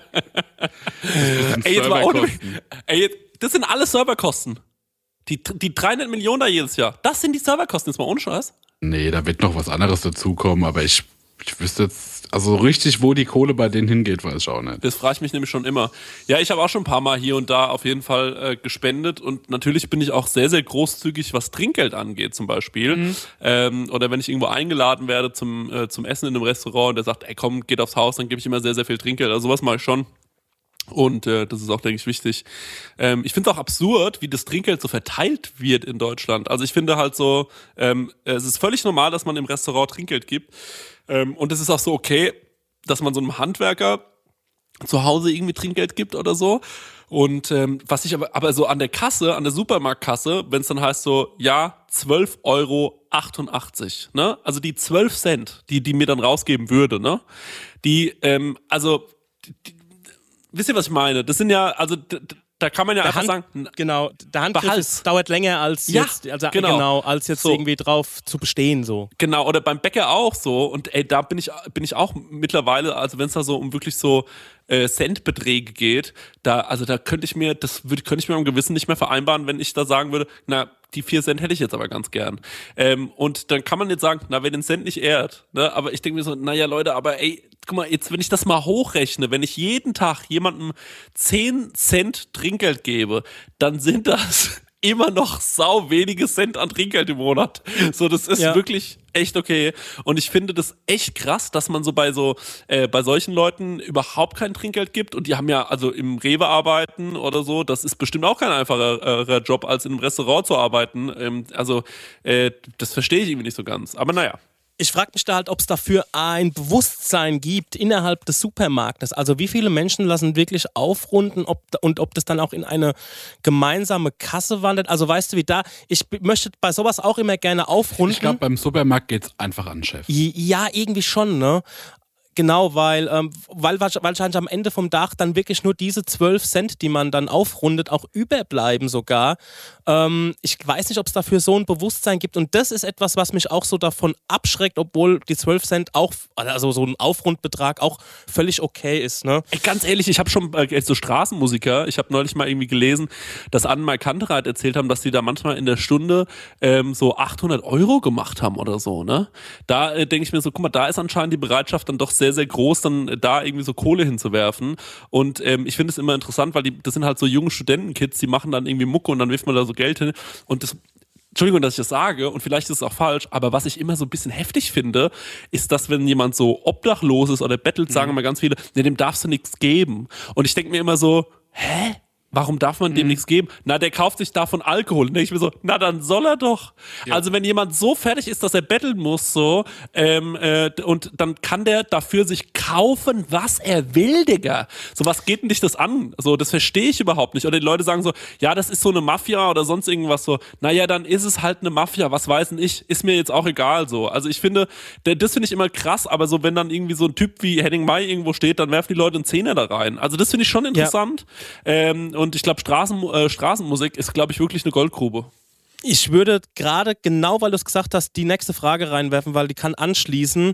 Das sind alles Serverkosten. Die 300 Millionen da jedes Jahr. Das sind die Serverkosten, jetzt mal ohne Scheiß. Nee, da wird noch was anderes dazukommen, aber ich wüsste jetzt, also richtig, wo die Kohle bei denen hingeht, weiß ich auch nicht. Das frage ich mich nämlich schon immer. Ja, ich habe auch schon ein paar Mal hier und da auf jeden Fall gespendet und natürlich bin ich auch sehr, sehr großzügig, was Trinkgeld angeht zum Beispiel. Oder wenn ich irgendwo eingeladen werde zum Essen in einem Restaurant und der sagt, ey komm, geht aufs Haus, dann gebe ich immer sehr, sehr viel Trinkgeld. Also sowas mache ich schon. Und das ist auch, denke ich, wichtig. Ich finde es auch absurd, wie das Trinkgeld so verteilt wird in Deutschland. Also ich finde halt so, es ist völlig normal, dass man im Restaurant Trinkgeld gibt. Und es ist auch so okay, dass man so einem Handwerker zu Hause irgendwie Trinkgeld gibt oder so. Und was ich aber so an der Kasse, an der Supermarktkasse, wenn es dann heißt so, ja, 12,88 €, ne? Also die 12 Cent, die mir dann rausgeben würde, ne? Wisst ihr, was ich meine? Das sind ja, also Da kann man ja einfach sagen, genau, der Handgriff dauert länger als Ja, jetzt, also genau. als jetzt So. irgendwie drauf zu bestehen so. Genau, oder beim Bäcker auch so. Und da bin ich auch mittlerweile, also wenn es da so um wirklich so Centbeträge geht, da könnte ich mir am Gewissen nicht mehr vereinbaren, wenn ich da sagen würde, na, die 4 Cent hätte ich jetzt aber ganz gern. Und dann kann man jetzt sagen, na, wer den Cent nicht ehrt, ne? Aber ich denke mir so, naja, Leute, aber ey, guck mal, jetzt, wenn ich das mal hochrechne, wenn ich jeden Tag jemandem 10 Cent Trinkgeld gebe, dann sind das immer noch sau wenige Cent an Trinkgeld im Monat. So, das ist wirklich echt okay. Und ich finde das echt krass, dass man so bei solchen Leuten überhaupt kein Trinkgeld gibt. Und die haben ja, also im Rewe arbeiten oder so, das ist bestimmt auch kein einfacher Job, als in einem Restaurant zu arbeiten. Das verstehe ich irgendwie nicht so ganz. Aber naja. Ich frage mich da halt, ob es dafür ein Bewusstsein gibt innerhalb des Supermarktes. Also wie viele Menschen lassen wirklich aufrunden und ob das dann auch in eine gemeinsame Kasse wandert. Also weißt du, ich möchte bei sowas auch immer gerne aufrunden. Ich glaube, beim Supermarkt geht's einfach an den Chef. Ja, irgendwie schon, ne? Genau, weil wahrscheinlich am Ende vom Tag dann wirklich nur diese 12 Cent, die man dann aufrundet, auch überbleiben sogar. Ich weiß nicht, ob es dafür so ein Bewusstsein gibt und das ist etwas, was mich auch so davon abschreckt, obwohl die 12 Cent auch, also so ein Aufrundbetrag auch völlig okay ist. Ne? Ey, ganz ehrlich, ich habe schon so Straßenmusiker, ich habe neulich mal irgendwie gelesen, dass Annenmai Kantereit erzählt haben, dass die da manchmal in der Stunde so 800 € gemacht haben oder so. Ne? Da denke ich mir so, guck mal, da ist anscheinend die Bereitschaft dann doch sehr, sehr groß, dann da irgendwie so Kohle hinzuwerfen. Und ich finde es immer interessant, weil das sind halt so junge Studentenkids, die machen dann irgendwie Mucke und dann wirft man da so Geld hin. Und Entschuldigung, dass ich das sage und vielleicht ist es auch falsch, aber was ich immer so ein bisschen heftig finde, ist, dass wenn jemand so obdachlos ist oder bettelt, sagen immer ganz viele, nee, dem darfst du nichts geben. Und ich denke mir immer so, hä? Warum darf man dem nichts geben? Na, der kauft sich davon Alkohol. Und denke ich mir so, na dann soll er doch. Ja. Also wenn jemand so fertig ist, dass er betteln muss, so, und dann kann der dafür sich kaufen, was er will, Digga. So, was geht denn dich das an? So, das verstehe ich überhaupt nicht. Oder die Leute sagen so, ja, das ist so eine Mafia oder sonst irgendwas so. Naja, dann ist es halt eine Mafia. Was weiß denn ich? Ist mir jetzt auch egal, so. Also ich finde, das finde ich immer krass, aber so, wenn dann irgendwie so ein Typ wie Henning Mai irgendwo steht, dann werfen die Leute einen Zehner da rein. Also das finde ich schon interessant. Ja. Und ich glaube, Straßenmusik ist, glaube ich, wirklich eine Goldgrube. Ich würde gerade, genau weil du es gesagt hast, die nächste Frage reinwerfen, weil die kann anschließen.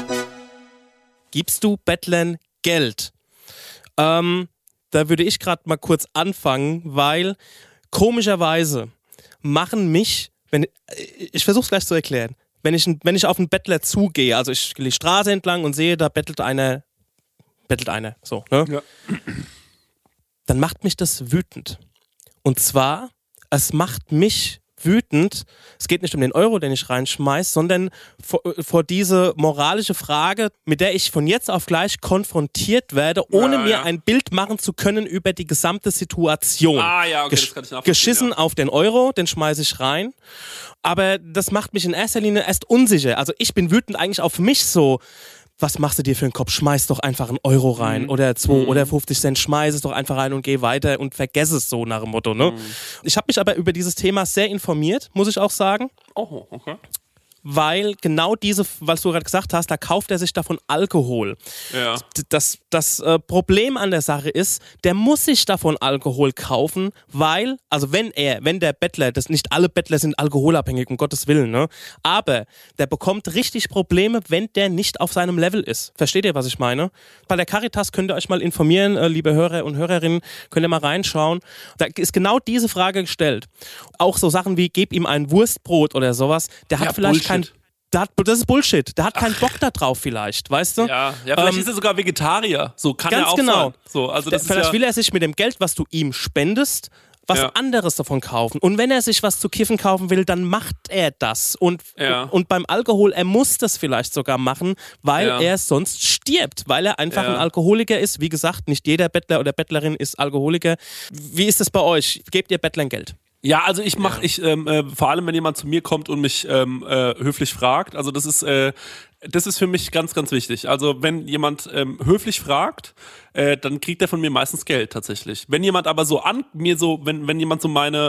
Gibst du Bettlern Geld? Da würde ich gerade mal kurz anfangen, weil komischerweise machen mich, ich versuche es gleich zu erklären, wenn ich auf einen Bettler zugehe, also ich gehe die Straße entlang und sehe, da bettelt einer, so, ne? Ja. Dann macht mich das wütend. Und zwar, es macht mich wütend, es geht nicht um den Euro, den ich reinschmeiß, sondern vor diese moralische Frage, mit der ich von jetzt auf gleich konfrontiert werde, ohne mir ein Bild machen zu können über die gesamte Situation. Ja, okay, das kann ich nachvollziehen. Geschissen auf den Euro, den schmeiße ich rein. Aber das macht mich in erster Linie erst unsicher. Also ich bin wütend eigentlich auf mich so. Was machst du dir für einen Kopf? Schmeiß doch einfach einen Euro rein oder 2 oder 50 Cent, schmeiß es doch einfach rein und geh weiter und vergess es so nach dem Motto. Ne? Ich habe mich aber über dieses Thema sehr informiert, muss ich auch sagen. Oh, okay. Weil genau was du gerade gesagt hast, da kauft er sich davon Alkohol. Ja. Das Problem an der Sache ist, der muss sich davon Alkohol kaufen, weil, also wenn der Bettler, nicht alle Bettler sind alkoholabhängig, um Gottes Willen, ne? Aber der bekommt richtig Probleme, wenn der nicht auf seinem Level ist. Versteht ihr, was ich meine? Bei der Caritas könnt ihr euch mal informieren, liebe Hörer und Hörerinnen, könnt ihr mal reinschauen. Da ist genau diese Frage gestellt. Auch so Sachen wie, gib ihm ein Wurstbrot oder sowas, der hat vielleicht das ist Bullshit. Der hat keinen Bock da drauf vielleicht, weißt du? Ja, vielleicht ist er sogar Vegetarier. So kann er auch sein. So, also vielleicht will er sich mit dem Geld, was du ihm spendest, was anderes davon kaufen. Und wenn er sich was zu kiffen kaufen will, dann macht er das. Und beim Alkohol, er muss das vielleicht sogar machen, weil er sonst stirbt. Weil er einfach ein Alkoholiker ist. Wie gesagt, nicht jeder Bettler oder Bettlerin ist Alkoholiker. Wie ist es bei euch? Gebt ihr Bettlern Geld? Ja, also vor allem, wenn jemand zu mir kommt und mich höflich fragt, also das ist für mich ganz, ganz wichtig. Also wenn jemand höflich fragt, dann kriegt er von mir meistens Geld tatsächlich. Wenn jemand aber wenn jemand so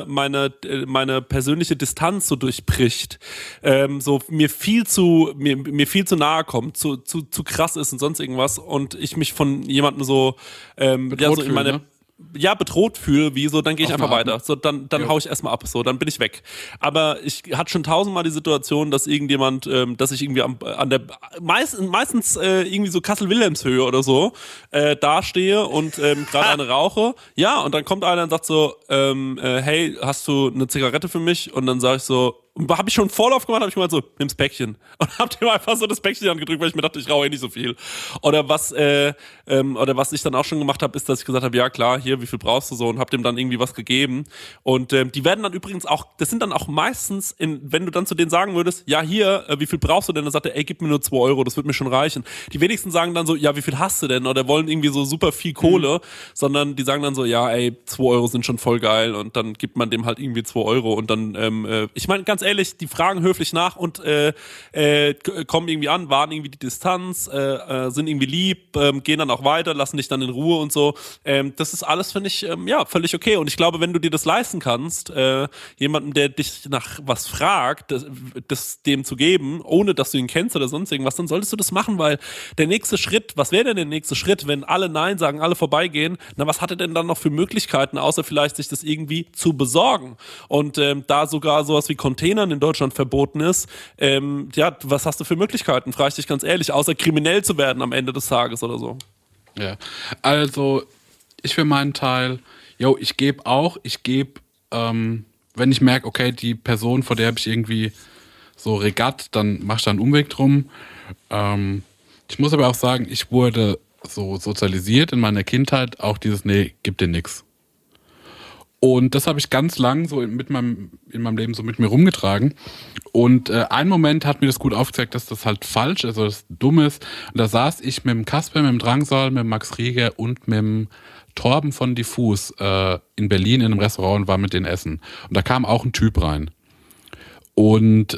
meine persönliche Distanz so durchbricht, so mir viel zu nahe kommt, zu krass ist und sonst irgendwas und ich mich von jemandem so, bedroht so in meine bedroht fühle, wie so, dann gehe ich Auf einfach eine Art. weiter. So, dann hau ich erstmal ab, so, dann bin ich weg. Aber ich hatte schon tausendmal die Situation, dass irgendjemand, dass ich irgendwie an der, meistens irgendwie so Kassel-Wilhelmshöhe oder so, dastehe und gerade eine rauche. Ja, und dann kommt einer und sagt so, hey, hast du eine Zigarette für mich? Und dann sage ich so, habe ich schon Vorlauf gemacht, habe ich gemeint so, nimm's Päckchen. Und hab dem einfach so das Päckchen angedrückt, weil ich mir dachte, ich rauche nicht so viel. Oder was ich dann auch schon gemacht habe, ist, dass ich gesagt habe, ja klar, hier, wie viel brauchst du so? Und hab dem dann irgendwie was gegeben. Und die werden dann übrigens auch, das sind dann auch meistens, wenn du dann zu denen sagen würdest, ja hier, wie viel brauchst du denn? Dann sagt er, ey, gib mir nur 2 Euro, das wird mir schon reichen. Die wenigsten sagen dann so, ja, wie viel hast du denn? Oder wollen irgendwie so super viel Kohle, sondern die sagen dann so, ja, ey, 2 Euro sind schon voll geil. Und dann gibt man dem halt irgendwie 2 Euro. Und dann, ich meine, ganz ehrlich, die fragen höflich nach und kommen irgendwie an, wahren irgendwie die Distanz, sind irgendwie lieb, gehen dann auch weiter, lassen dich dann in Ruhe und so. Das ist alles, finde ich, völlig okay. Und ich glaube, wenn du dir das leisten kannst, jemandem, der dich nach was fragt, das dem zu geben, ohne dass du ihn kennst oder sonst irgendwas, dann solltest du das machen, weil der nächste Schritt, was wäre denn der nächste Schritt, wenn alle Nein sagen, alle vorbeigehen? Na, was hat er denn dann noch für Möglichkeiten, außer vielleicht sich das irgendwie zu besorgen? Und da sogar sowas wie Containern in Deutschland verboten ist, was hast du für Möglichkeiten? Frage ich dich ganz ehrlich, außer kriminell zu werden am Ende des Tages oder so. Ja, also ich für meinen Teil, ich gebe, wenn ich merke, okay, die Person, vor der habe ich irgendwie so Regatt, dann mach ich da einen Umweg drum. Ich muss aber auch sagen, ich wurde so sozialisiert in meiner Kindheit, auch dieses, nee, gib dir nix. Und das habe ich ganz lang so in meinem Leben so mit mir rumgetragen. Und ein Moment hat mir das gut aufgezeigt, dass das halt falsch ist, oder das dumm ist. Und da saß ich mit dem Kasper, mit dem Drangsal, mit dem Max Rieger und mit dem Torben von Diffus in Berlin in einem Restaurant und war mit denen essen. Und da kam auch ein Typ rein. Und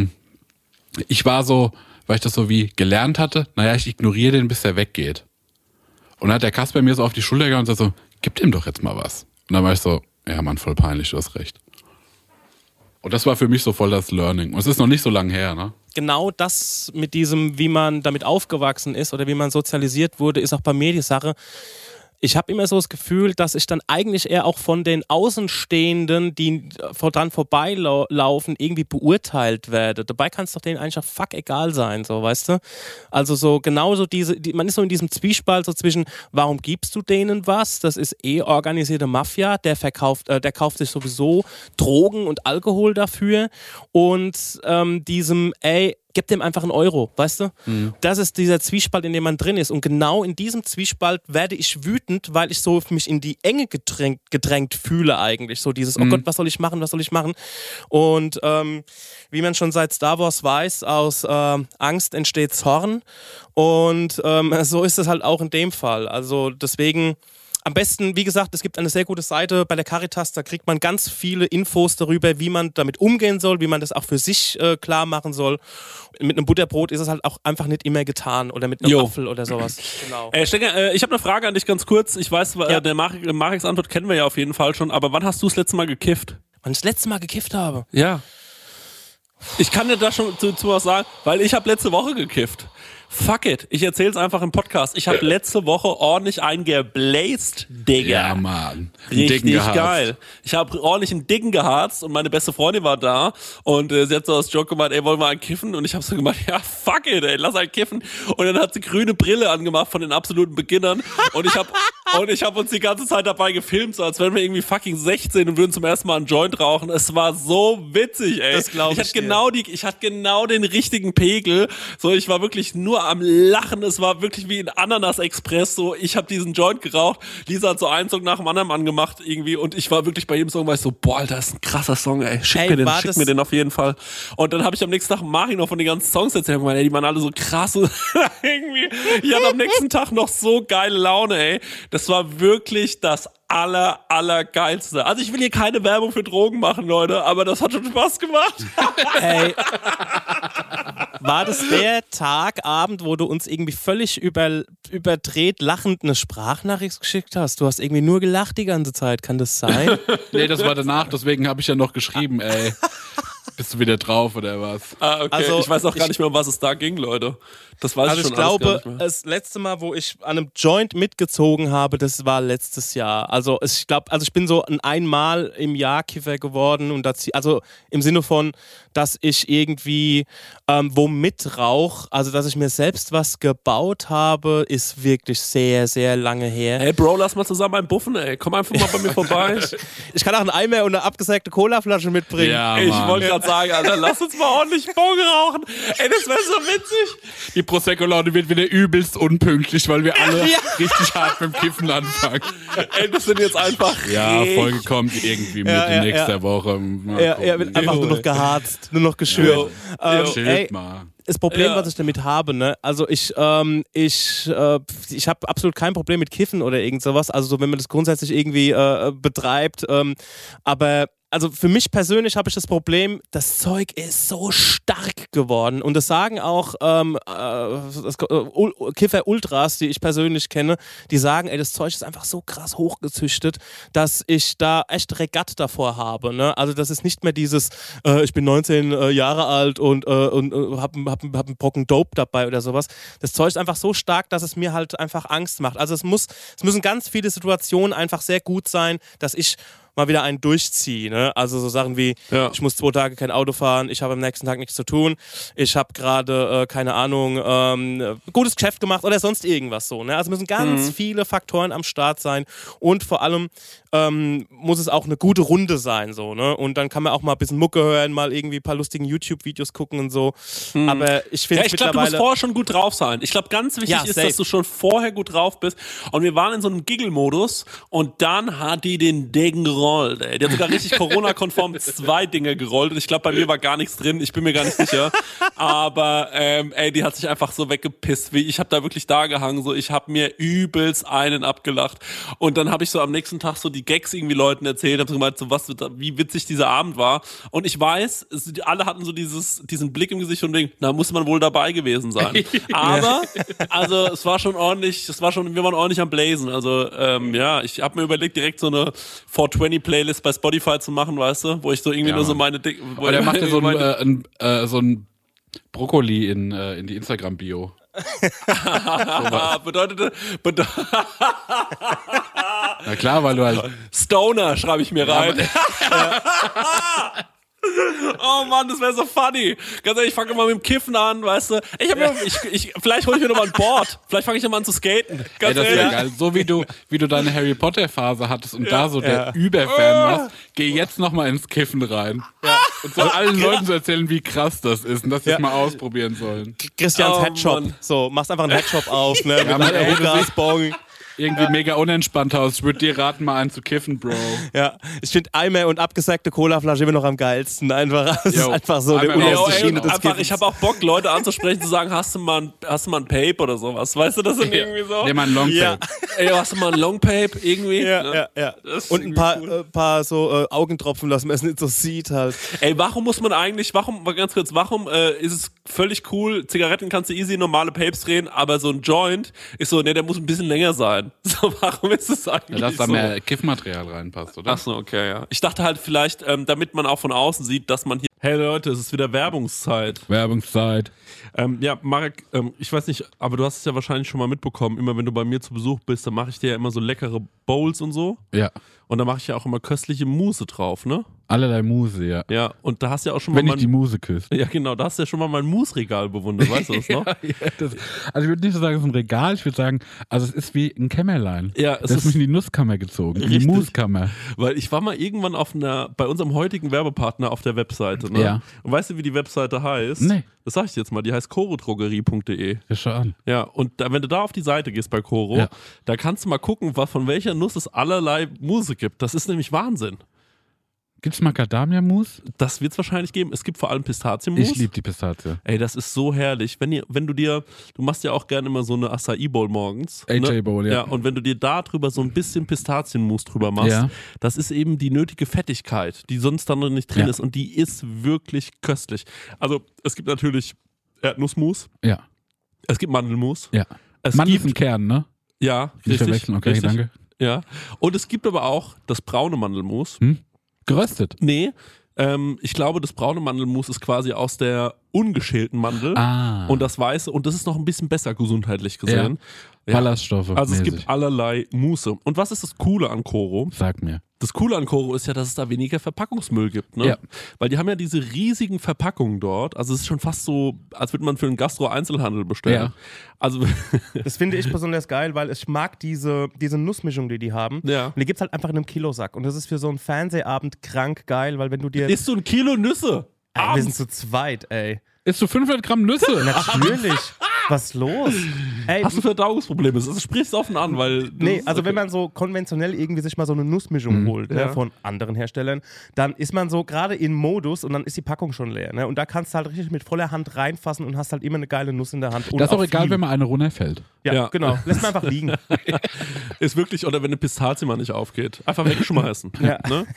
ich war so, weil ich das so wie gelernt hatte, ich ignoriere den, bis der weggeht. Und dann hat der Kasper mir so auf die Schulter gegangen und sagt so, gib dem doch jetzt mal was. Und dann war ich so, ja Mann, voll peinlich, du hast recht. Und das war für mich so voll das Learning. Und es ist noch nicht so lange her, ne? Genau das mit diesem, wie man damit aufgewachsen ist oder wie man sozialisiert wurde, ist auch bei mir die Sache. Ich habe immer so das Gefühl, dass ich dann eigentlich eher auch von den Außenstehenden, die dran vorbeilaufen, irgendwie beurteilt werde. Dabei kann es doch denen eigentlich auch fuck egal sein, so, weißt du? Also so genauso man ist so in diesem Zwiespalt so zwischen, warum gibst du denen was? Das ist organisierte Mafia, der kauft sich sowieso Drogen und Alkohol dafür und diesem, gib dem einfach einen Euro, weißt du? Mhm. Das ist dieser Zwiespalt, in dem man drin ist. Und genau in diesem Zwiespalt werde ich wütend, weil ich so mich in die Enge gedrängt fühle eigentlich. So dieses, oh Gott, was soll ich machen? Und wie man schon seit Star Wars weiß, aus Angst entsteht Zorn. Und so ist es halt auch in dem Fall. Also deswegen... Am besten, wie gesagt, es gibt eine sehr gute Seite bei der Caritas, da kriegt man ganz viele Infos darüber, wie man damit umgehen soll, wie man das auch für sich klar machen soll. Mit einem Butterbrot ist es halt auch einfach nicht immer getan oder mit einem Apfel oder sowas. Genau. Stenger, ich habe eine Frage an dich ganz kurz. Ich weiß, der Mareks Antwort kennen wir ja auf jeden Fall schon, aber wann hast du das letzte Mal gekifft? Wann ich das letzte Mal gekifft habe? Ja. Ich kann dir da schon zu was sagen, weil ich habe letzte Woche gekifft. Fuck it, ich erzähl's einfach im Podcast. Ich habe letzte Woche ordentlich einen gebläst, Digga. Ja, Mann. Richtig geil. Ich habe ordentlich einen Dicken geharzt und meine beste Freundin war da und sie hat so als Joke gemeint, ey, wollen wir einen kiffen? Und ich habe so gemeint, ja, fuck it, ey, lass einen kiffen. Und dann hat sie grüne Brille angemacht von den absoluten Beginnern und ich habe uns die ganze Zeit dabei gefilmt, so als wären wir irgendwie fucking 16 und würden zum ersten Mal einen Joint rauchen. Es war so witzig, ey. Das glaube ich. Ich hatte genau den richtigen Pegel. So, ich war wirklich nur am Lachen. Es war wirklich wie ein Ananas-Express. So, ich habe diesen Joint geraucht. Lisa hat so einen Song nach dem anderen angemacht irgendwie und ich war wirklich bei jedem Song, war ich so, boah, Alter, das ist ein krasser Song, ey. Schick mir den auf jeden Fall. Und dann habe ich am nächsten Tag Mari noch von den ganzen Songs erzählt. Ey, die waren alle so krass. Irgendwie. Ich hatte am nächsten Tag noch so geile Laune, ey. Das war wirklich das allergeilste. Also ich will hier keine Werbung für Drogen machen, Leute, aber das hat schon Spaß gemacht. Hey, war das der Abend, wo du uns irgendwie völlig überdreht lachend eine Sprachnachricht geschickt hast? Du hast irgendwie nur gelacht die ganze Zeit, kann das sein? Nee, das war danach, deswegen habe ich ja noch geschrieben, ey. bist du wieder drauf oder was? Ah, okay. Also, ich weiß auch gar nicht mehr, um was es da ging, Leute. Das weiß Also ich ich schon alles glaube, gar nicht mehr. das letzte Mal, wo ich an einem Joint mitgezogen habe, das war letztes Jahr. Also ich bin so ein einmal im Jahr Kiffer geworden und also im Sinne von, dass ich irgendwie wo mitrauch, also dass ich mir selbst was gebaut habe, ist wirklich sehr, sehr lange her. Ey, Bro, lass mal zusammen einen buffen, ey. Komm einfach mal bei mir vorbei. Ich kann auch einen Eimer und eine abgesägte Colaflasche mitbringen. Ja, Ich Mann. wollte gerade sagen, Alter, lass uns mal ordentlich Bong rauchen. Ey, das wäre so witzig. Die Prosecco-Laune wird wieder übelst unpünktlich, weil wir alle Ja. richtig hart mit dem Kiffen anfangen. Ey, das sind jetzt einfach Ja, richtig- Folge kommt irgendwie Mitte Ja, nächster Woche. Mal Er wird gucken. einfach nur noch geharzt, nur noch geschürt. Chillt mal. Das Problem, Ja. was ich damit habe, ne, also ich habe absolut kein Problem mit Kiffen oder irgend sowas, also so, wenn man das grundsätzlich irgendwie betreibt, aber also für mich persönlich habe ich das Problem, das Zeug ist so stark geworden und das sagen auch Kiffer-Ultras, die ich persönlich kenne, die sagen, ey, das Zeug ist einfach so krass hochgezüchtet, dass ich da echt Regatt davor habe, ne? Also das ist nicht mehr dieses, ich bin 19 Jahre alt und hab einen Brocken Dope dabei oder sowas. Das Zeug ist einfach so stark, dass es mir halt einfach Angst macht. Also es müssen ganz viele Situationen einfach sehr gut sein, dass ich mal wieder einen durchziehe. Ne? Also so Sachen wie, Ja. ich muss 2 Tage kein Auto fahren, ich habe am nächsten Tag nichts zu tun, ich habe gerade, keine Ahnung, gutes Geschäft gemacht oder sonst irgendwas so. Ne? Also müssen ganz viele Faktoren am Start sein und vor allem muss es auch eine gute Runde sein. So, ne? Und dann kann man auch mal ein bisschen Mucke hören, mal irgendwie ein paar lustigen YouTube-Videos gucken und so. Aber ich finde Ja, ich glaube, du musst mittlerweile... vorher schon gut drauf sein. Ich glaube, ganz wichtig Ja, ist, safe. dass du schon vorher gut drauf bist. Und wir waren in so einem Giggle-Modus und dann hat die den Degen gerollt, ey. Die hat sogar richtig Corona-konform 2 Dinge gerollt und ich glaube, bei mir war gar nichts drin. Ich bin mir gar nicht sicher. Aber, ey, die hat sich einfach so weggepisst. Ich habe da wirklich da gehangen, so. Ich habe mir übelst einen abgelacht. Und dann habe ich so am nächsten Tag so die Gags irgendwie Leuten erzählt, habe so gemeint, so wie witzig dieser Abend war. Und ich weiß, alle hatten so diesen Blick im Gesicht und denken, da muss man wohl dabei gewesen sein. Aber, also es war schon ordentlich, wir waren ordentlich am Blazen. Also, ja, ich habe mir überlegt, direkt so eine 420-Playlist bei Spotify zu machen, weißt du, wo ich so irgendwie Ja, nur so Mann. meine Oder der macht ja so ein Brokkoli in die Instagram-Bio. bedeutet Na klar, weil du halt... Stoner schreibe ich mir rein. Oh Mann, das wäre so funny. Ganz ehrlich, ich fange mal mit dem Kiffen an, weißt du. Vielleicht hole ich mir nochmal ein Board. Vielleicht fange ich nochmal an zu skaten. Ey, Ganz das wäre ehrlich. geil. So wie du deine Harry Potter Phase hattest und da so der Überfan warst, geh jetzt nochmal ins Kiffen rein. Und so allen Leuten zu erzählen, wie krass das ist und dass sie es mal ausprobieren sollen. Christians Oh, Headshop. Mann. So, machst einfach einen Headshop auf, ne? Mit Mann, einer ey, das ist- Hochgasbong. Irgendwie mega unentspannt aus. Ich würde dir raten, mal einen zu kiffen, Bro. Ja, ich finde Eimer und abgesackte Colaflasche immer noch am geilsten. Einfach, das ist Jo, einfach so der Eimer Ey, unterste ey, Schiene des einfach, Kiffens. ich habe auch Bock, Leute anzusprechen, zu sagen, hast du mal ein Pape oder sowas? Weißt du, das sind irgendwie so. Nimm mal einen Longtape. Ja. Ey, hast du mal ein Longpape irgendwie? Ja, Ne? ja. Das ist Und ein irgendwie paar so Augentropfen lassen, man es nicht so sieht halt. Ey, warum ist es völlig cool, Zigaretten kannst du easy normale Papes drehen, aber so ein Joint ist so, ne, der muss ein bisschen länger sein. So, warum ist es eigentlich Ja, dass da so? mehr Kiffmaterial reinpasst, oder? Ach so, okay, ja. Ich dachte halt vielleicht, damit man auch von außen sieht, dass man hier... Hey Leute, es ist wieder Werbungszeit. Werbungszeit. Ja, Marek, ich weiß nicht, aber du hast es ja wahrscheinlich schon mal mitbekommen, immer wenn du bei mir zu Besuch bist, dann mache ich dir ja immer so leckere Bowls und so. Ja. Und da mache ich ja auch immer köstliche Mousse drauf, ne? Allerlei Muse, ja. Ja, und da hast du ja auch schon Wenn mal ich die Muse küsse. ja, genau, da hast du ja schon mal mein Mousse-Regal bewundert, weißt du das noch? Also ich würde nicht so sagen, es ist ein Regal, ich würde sagen, also es ist wie ein Kämmerlein. Ja, Das es ist mich ist, in die Nusskammer gezogen, in die Richtig. Muskammer. weil ich war mal irgendwann bei unserem heutigen Werbepartner auf der Webseite, ne? Ja. Und weißt du, wie die Webseite heißt? Nee. Das sag ich dir jetzt mal, die heißt chorodrogerie.de. Ja, schau an. Ja, und wenn du da auf die Seite gehst bei Choro, Ja. da kannst du mal gucken, von welcher Nuss es allerlei Muse gibt. Das ist nämlich Wahnsinn. Gibt's Macadamia-Mus? Das wird es wahrscheinlich geben. Es gibt vor allem Pistazienmus. Ich liebe die Pistazie. Ey, das ist so herrlich. Du machst ja auch gerne immer so eine Acai Bowl morgens. AJ Bowl, ja. Ja, und wenn du dir da drüber so ein bisschen Pistazienmus drüber machst, Ja. das ist eben die nötige Fettigkeit, die sonst dann noch nicht drin Ja. ist. Und die ist wirklich köstlich. Also, es gibt natürlich Erdnussmus, Ja, es gibt Mandelmus. ja. Es Mandel ist gibt, ein Kern, ne? ja, Nicht richtig, verwechseln, okay, richtig, danke. Ja. Und es gibt aber auch das braune Mandelmus. Geröstet. Nee, Ich glaube, das braune Mandelmus ist quasi aus der ungeschälten Mandel und das weiße, und das ist noch ein bisschen besser gesundheitlich gesehen. Ja. Ballaststoffe. Also es mäßig. gibt allerlei Muße. Und was ist das Coole an Koro? Sag mir. Das Coole an Koro ist ja, dass es da weniger Verpackungsmüll gibt. Ne? Ja. Weil die haben ja diese riesigen Verpackungen dort. Also es ist schon fast so, als würde man für einen Gastro-Einzelhandel bestellen. Ja. Also Das finde ich besonders geil, weil ich mag diese Nussmischung, die haben. Ja. Und die gibt's halt einfach in einem Kilosack. Und das ist für so einen Fernsehabend krank geil, weil wenn du dir... isst du ein Kilo Nüsse? Ey, wir sind zu zweit, ey. Isst du 500 Gramm Nüsse? Natürlich. Was ist los? Ey, Hast du Verdauungsprobleme? Das sprichst du offen an, weil... nee, also wenn man so konventionell irgendwie sich mal so eine Nussmischung holt Ja. von anderen Herstellern, dann ist man so gerade in Modus und dann ist die Packung schon leer. Ne? Und da kannst du halt richtig mit voller Hand reinfassen und hast halt immer eine geile Nuss in der Hand. Und Das ist auch egal, viel. wenn mal eine runterfällt. Ja, Ja. genau. Lässt man einfach liegen. Ist wirklich, oder wenn eine Pistazie mal nicht aufgeht. Einfach wegschmeißen. Ja. Ne?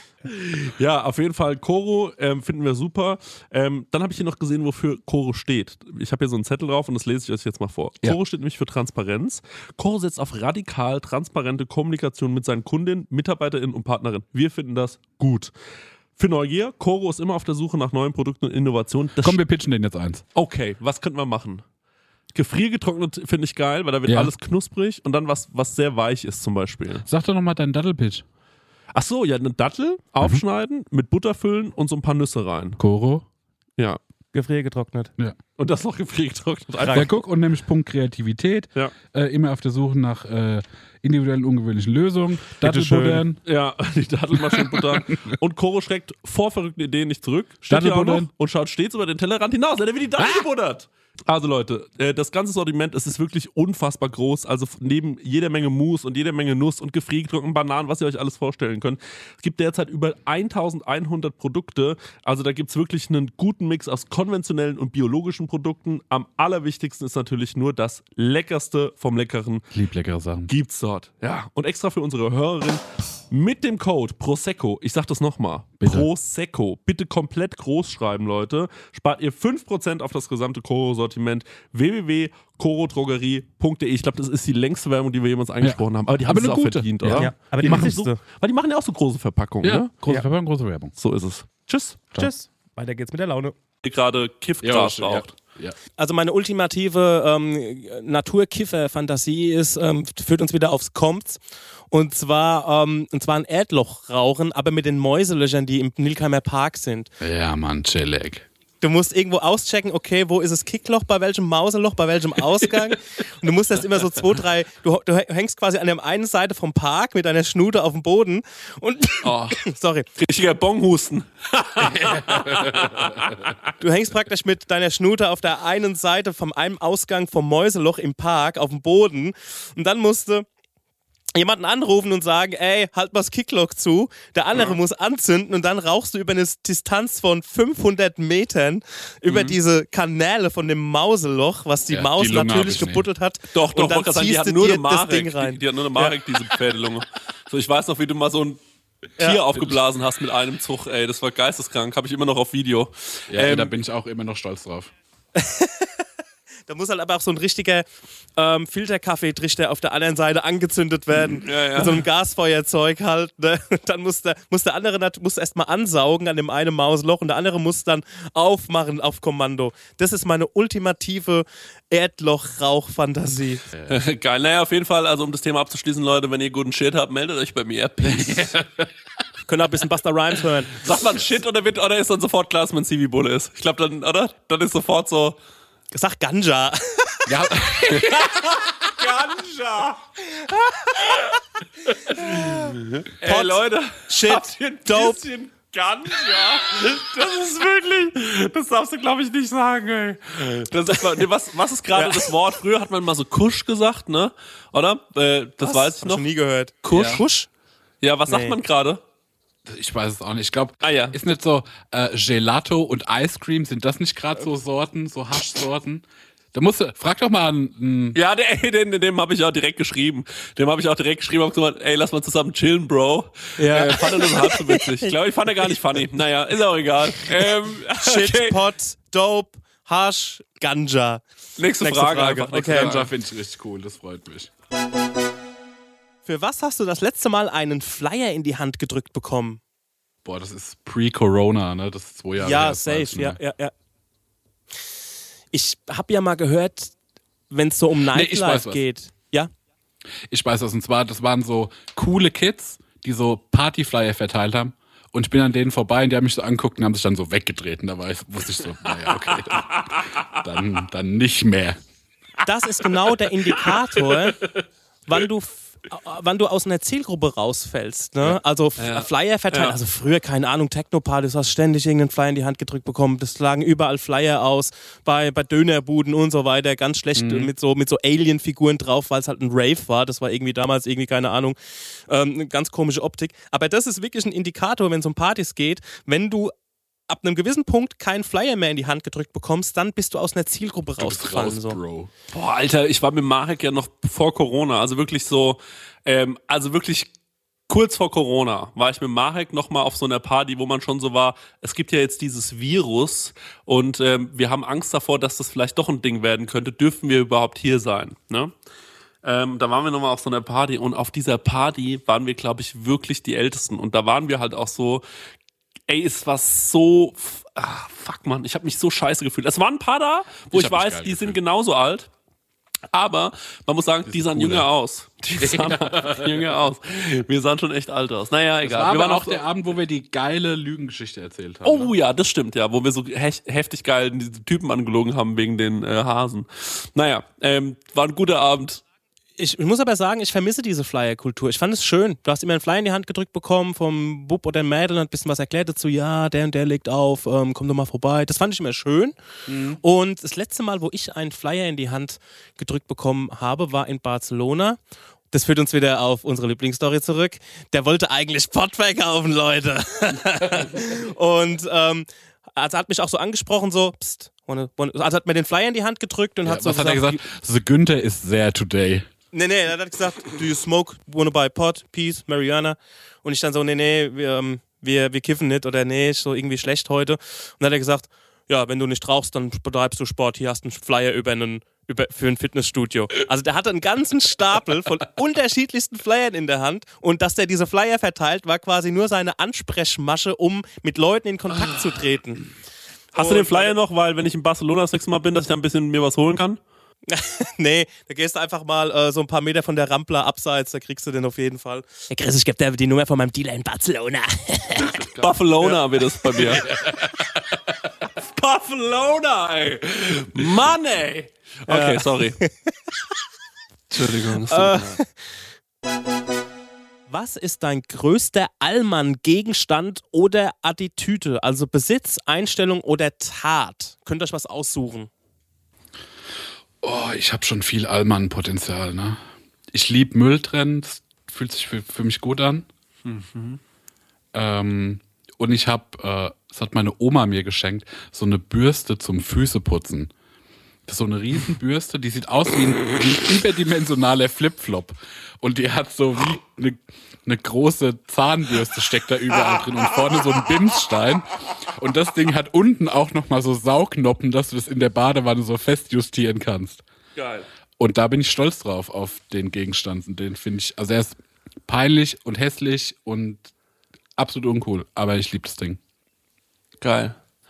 Ja, auf jeden Fall Koro finden wir super. Dann habe ich hier noch gesehen, wofür Koro steht. Ich habe hier so einen Zettel drauf und das lese ich euch jetzt mal vor. Ja. Koro steht nämlich für Transparenz. Koro setzt auf radikal transparente Kommunikation mit seinen Kundinnen, MitarbeiterInnen und Partnerinnen. Wir finden das gut. Für Neugier, Koro ist immer auf der Suche nach neuen Produkten und Innovationen. Das Komm, wir pitchen den jetzt eins. Okay, was könnten wir machen? Gefriergetrocknet finde ich geil, weil da wird Ja. alles knusprig und dann was sehr weich ist zum Beispiel. Sag doch nochmal deinen Dattelpitch. Ach so, ja, eine Dattel aufschneiden, mit Butter füllen und so ein paar Nüsse rein. Koro. Ja. Gefriergetrocknet. Ja. Und das noch gefriergetrocknet. Ja, guck, und nämlich Punkt Kreativität. Ja. Immer auf der Suche nach individuellen, ungewöhnlichen Lösungen. Dattelbuddern. Ja, die Dattelmaschine buttern. Und Koro schreckt vor verrückten Ideen nicht zurück. Steht hier auch noch Dattelbuddern. und schaut stets über den Tellerrand hinaus. Er wird die Dattel gebuddert. Also Leute, das ganze Sortiment, es ist wirklich unfassbar groß. Also neben jeder Menge Mousse und jeder Menge Nuss und gefriergetrockneten Bananen, was ihr euch alles vorstellen könnt. Es gibt derzeit über 1100 Produkte. Also da gibt es wirklich einen guten Mix aus konventionellen und biologischen Produkten. Am allerwichtigsten ist natürlich nur das Leckerste vom Leckeren. Ich lieb leckere Sachen. Gibt's dort. Ja. Und extra für unsere Hörerin mit dem Code Prosecco, ich sag das nochmal, Bitte. Prosecco, bitte komplett groß schreiben, Leute, spart ihr 5% auf das gesamte Koro-Sortiment. www.korodrogerie.de. Ich glaube, das ist die längste Werbung, die wir jemals angesprochen haben. Aber die haben Aber es eine auch gute. verdient, Ja. oder? Ja, aber die machen wichtigste. so, weil die machen ja auch so große Verpackungen, Ja, ne? große Ja. Verpackung, große Werbung. So ist es. Tschüss. Tschüss. Weiter geht's mit der Laune. Ihr gerade Kiffgras raucht. Ja. Also meine ultimative Naturkiffer-Fantasie ist, führt uns wieder aufs Kommt's. Und zwar ein Erdloch rauchen, aber mit den Mäuselöchern, die im Nilkheimer Park sind. Ja, Mann, chillig. Du musst irgendwo auschecken, okay, wo ist das Kickloch, bei welchem Mauseloch, bei welchem Ausgang. Und du musst das immer so 2, 3, du hängst quasi an der einen Seite vom Park mit deiner Schnute auf dem Boden und, sorry, Richtiger Bonghusten. du hängst praktisch mit deiner Schnute auf der einen Seite vom einem Ausgang vom Mäuseloch im Park auf dem Boden und dann musst du jemanden anrufen und sagen, ey, halt mal das Kickloch zu. Der andere muss anzünden und dann rauchst du über eine Distanz von 500 Metern über diese Kanäle von dem Mauseloch, was die Ja, Maus die Lunge hab natürlich ich nicht. gebuddelt hat. Doch, und dann wollte gerade sagen, die ziehst hat du nur dir eine das Marek. Ding rein. Die hat nur eine Marek, diese Pferdelunge. So, ich weiß noch, wie du mal so ein Tier Ja. aufgeblasen hast mit einem Zug, ey, das war geisteskrank, habe ich immer noch auf Video. Ja, da bin ich auch immer noch stolz drauf. Da muss halt aber auch so ein richtiger Filterkaffeetrichter auf der anderen Seite angezündet werden. Ja. Mit so einem Gasfeuerzeug halt. Ne? Dann muss der andere erstmal ansaugen an dem einen Mausloch und der andere muss dann aufmachen auf Kommando. Das ist meine ultimative Erdloch-Rauch-Fantasie. Geil, naja, auf jeden Fall, also um das Thema abzuschließen, Leute, wenn ihr guten Shit habt, meldet euch bei mir. Peace. Können auch ein bisschen Busta Rhymes hören. Sagt man Shit oder ist dann sofort klar, dass man Zivi-Bulle ist? Ich glaube dann, oder? Dann ist sofort so... Sag Ganja. Ja, Ganja! Ey, Leute, Shit, habt ihr ein Dope. bisschen Ganja? Das ist wirklich, das darfst du, glaube ich, nicht sagen, ey. Das ist, nee, was ist gerade das Wort? Früher hat man mal so Kusch gesagt, ne? Oder? Das weiß ich Hab noch. schon nie gehört. Kusch? Ja. Kusch? Ja, was sagt Nee. man gerade? ich weiß es auch nicht. Ich glaube, ja. ist nicht so Gelato und Ice Cream, sind das nicht gerade so Sorten, so Haschsorten? Da musst du, frag doch mal einen Ja, dem habe ich auch direkt geschrieben. Hab gesagt, ey, lass mal zusammen chillen, Bro. Ja. Fand er das halb so witzig. Ich glaube, ich fand er gar nicht funny. Naja, ist auch egal. Shit, Okay. Pot, Dope, Hasch, Ganja. Nächste Frage. Einfach. Nächste Okay. Frage. Ganja finde ich richtig cool, das freut mich. Für was hast du das letzte Mal einen Flyer in die Hand gedrückt bekommen? Boah, das ist pre-Corona, ne? Das ist 2 Jahre her. Ja, safe, ja. Ich habe ja mal gehört, wenn es so um Nightlife geht. Ja? Ich weiß was, und zwar, das waren so coole Kids, die so Partyflyer verteilt haben. Und ich bin an denen vorbei und die haben mich so angeguckt und haben sich dann so weggetreten. Da wusste ich so, naja, okay, dann nicht mehr. Das ist genau der Indikator, wann du aus einer Zielgruppe rausfällst. Ne? Also Flyer verteilen, also früher, keine Ahnung, Techno-Partys, du hast ständig irgendeinen Flyer in die Hand gedrückt bekommen, das lagen überall Flyer aus, bei Dönerbuden und so weiter, ganz schlecht mit so Alien-Figuren drauf, weil es halt ein Rave war, das war irgendwie damals keine Ahnung, eine ganz komische Optik. Aber das ist wirklich ein Indikator, wenn es um Partys geht, wenn du ab einem gewissen Punkt keinen Flyer mehr in die Hand gedrückt bekommst, dann bist du aus einer Zielgruppe rausgefallen. Raus, so. Bro. Boah, Alter, ich war mit Marek ja noch vor Corona, also wirklich so, wirklich kurz vor Corona war ich mit Marek nochmal auf so einer Party, wo man schon so war, es gibt ja jetzt dieses Virus und wir haben Angst davor, dass das vielleicht doch ein Ding werden könnte. Dürfen wir überhaupt hier sein? Ne? Da waren wir nochmal auf so einer Party und auf dieser Party waren wir, glaube ich, wirklich die Ältesten. Und da waren wir halt auch so, es war so, fuck man, ich habe mich so scheiße gefühlt. Es waren ein paar da, wo ich weiß, die sind genauso alt. Aber man muss sagen, die sahen jünger aus. Wir sahen schon echt alt aus. Naja, egal. Das war wir waren auch der Abend, wo wir die geile Lügengeschichte erzählt haben. Oh ja, das stimmt, ja. Wo wir so heftig geil diese Typen angelogen haben wegen den Hasen. Naja, war ein guter Abend. Ich muss aber sagen, ich vermisse diese Flyer-Kultur. Ich fand es schön. Du hast immer einen Flyer in die Hand gedrückt bekommen vom Bub oder Mädel und hat ein bisschen was erklärt dazu. Ja, der und der legt auf, komm doch mal vorbei. Das fand ich immer schön. Mhm. Und das letzte Mal, wo ich einen Flyer in die Hand gedrückt bekommen habe, war in Barcelona. Das führt uns wieder auf unsere Lieblingsstory zurück. Der wollte eigentlich Pott verkaufen, Leute. Und also hat mich auch so angesprochen, so, pst, also hat mir den Flyer in die Hand gedrückt und hat so was hat er gesagt? So, Günther is there today. Nee, er hat gesagt, do you smoke, wanna buy pot, peace, Marihuana? Und ich dann so, nee, wir kiffen nicht oder nee, ist so irgendwie schlecht heute. Und dann hat er gesagt, ja, wenn du nicht rauchst, dann betreibst du Sport, hier hast du einen Flyer für ein Fitnessstudio. Also der hatte einen ganzen Stapel von unterschiedlichsten Flyern in der Hand und dass der diese Flyer verteilt, war quasi nur seine Ansprechmasche, um mit Leuten in Kontakt zu treten. Hast du den Flyer noch, weil wenn ich in Barcelona das nächste Mal bin, dass ich da ein bisschen mir was holen kann? Nee, da gehst du einfach mal so ein paar Meter von der Rampla abseits, da kriegst du den auf jeden Fall. Hey Chris, ich gebe dir die Nummer von meinem Dealer in Barcelona. Barcelona wird das bei mir. Barcelona, ey. Mann, ey. Okay, sorry. Entschuldigung. Was ist dein größter Allmann-Gegenstand oder Attitüde? Also Besitz, Einstellung oder Tat? Könnt ihr euch was aussuchen? Oh, ich habe schon viel Allmann-Potenzial, ne? Ich liebe Müll trennen, das fühlt sich für mich gut an. Mhm. Und ich habe, das hat meine Oma mir geschenkt, so eine Bürste zum Füßeputzen. Das ist so eine Riesenbürste, die sieht aus wie ein überdimensionaler Flipflop. Und die hat so wie eine große Zahnbürste, steckt da überall drin und vorne so ein Bimsstein. Und das Ding hat unten auch nochmal so Saugnnoppen, dass du das in der Badewanne so festjustieren kannst. Geil. Und da bin ich stolz drauf, auf den Gegenstand. Und den finde ich, also er ist peinlich und hässlich und absolut uncool. Aber ich liebe das Ding. Geil.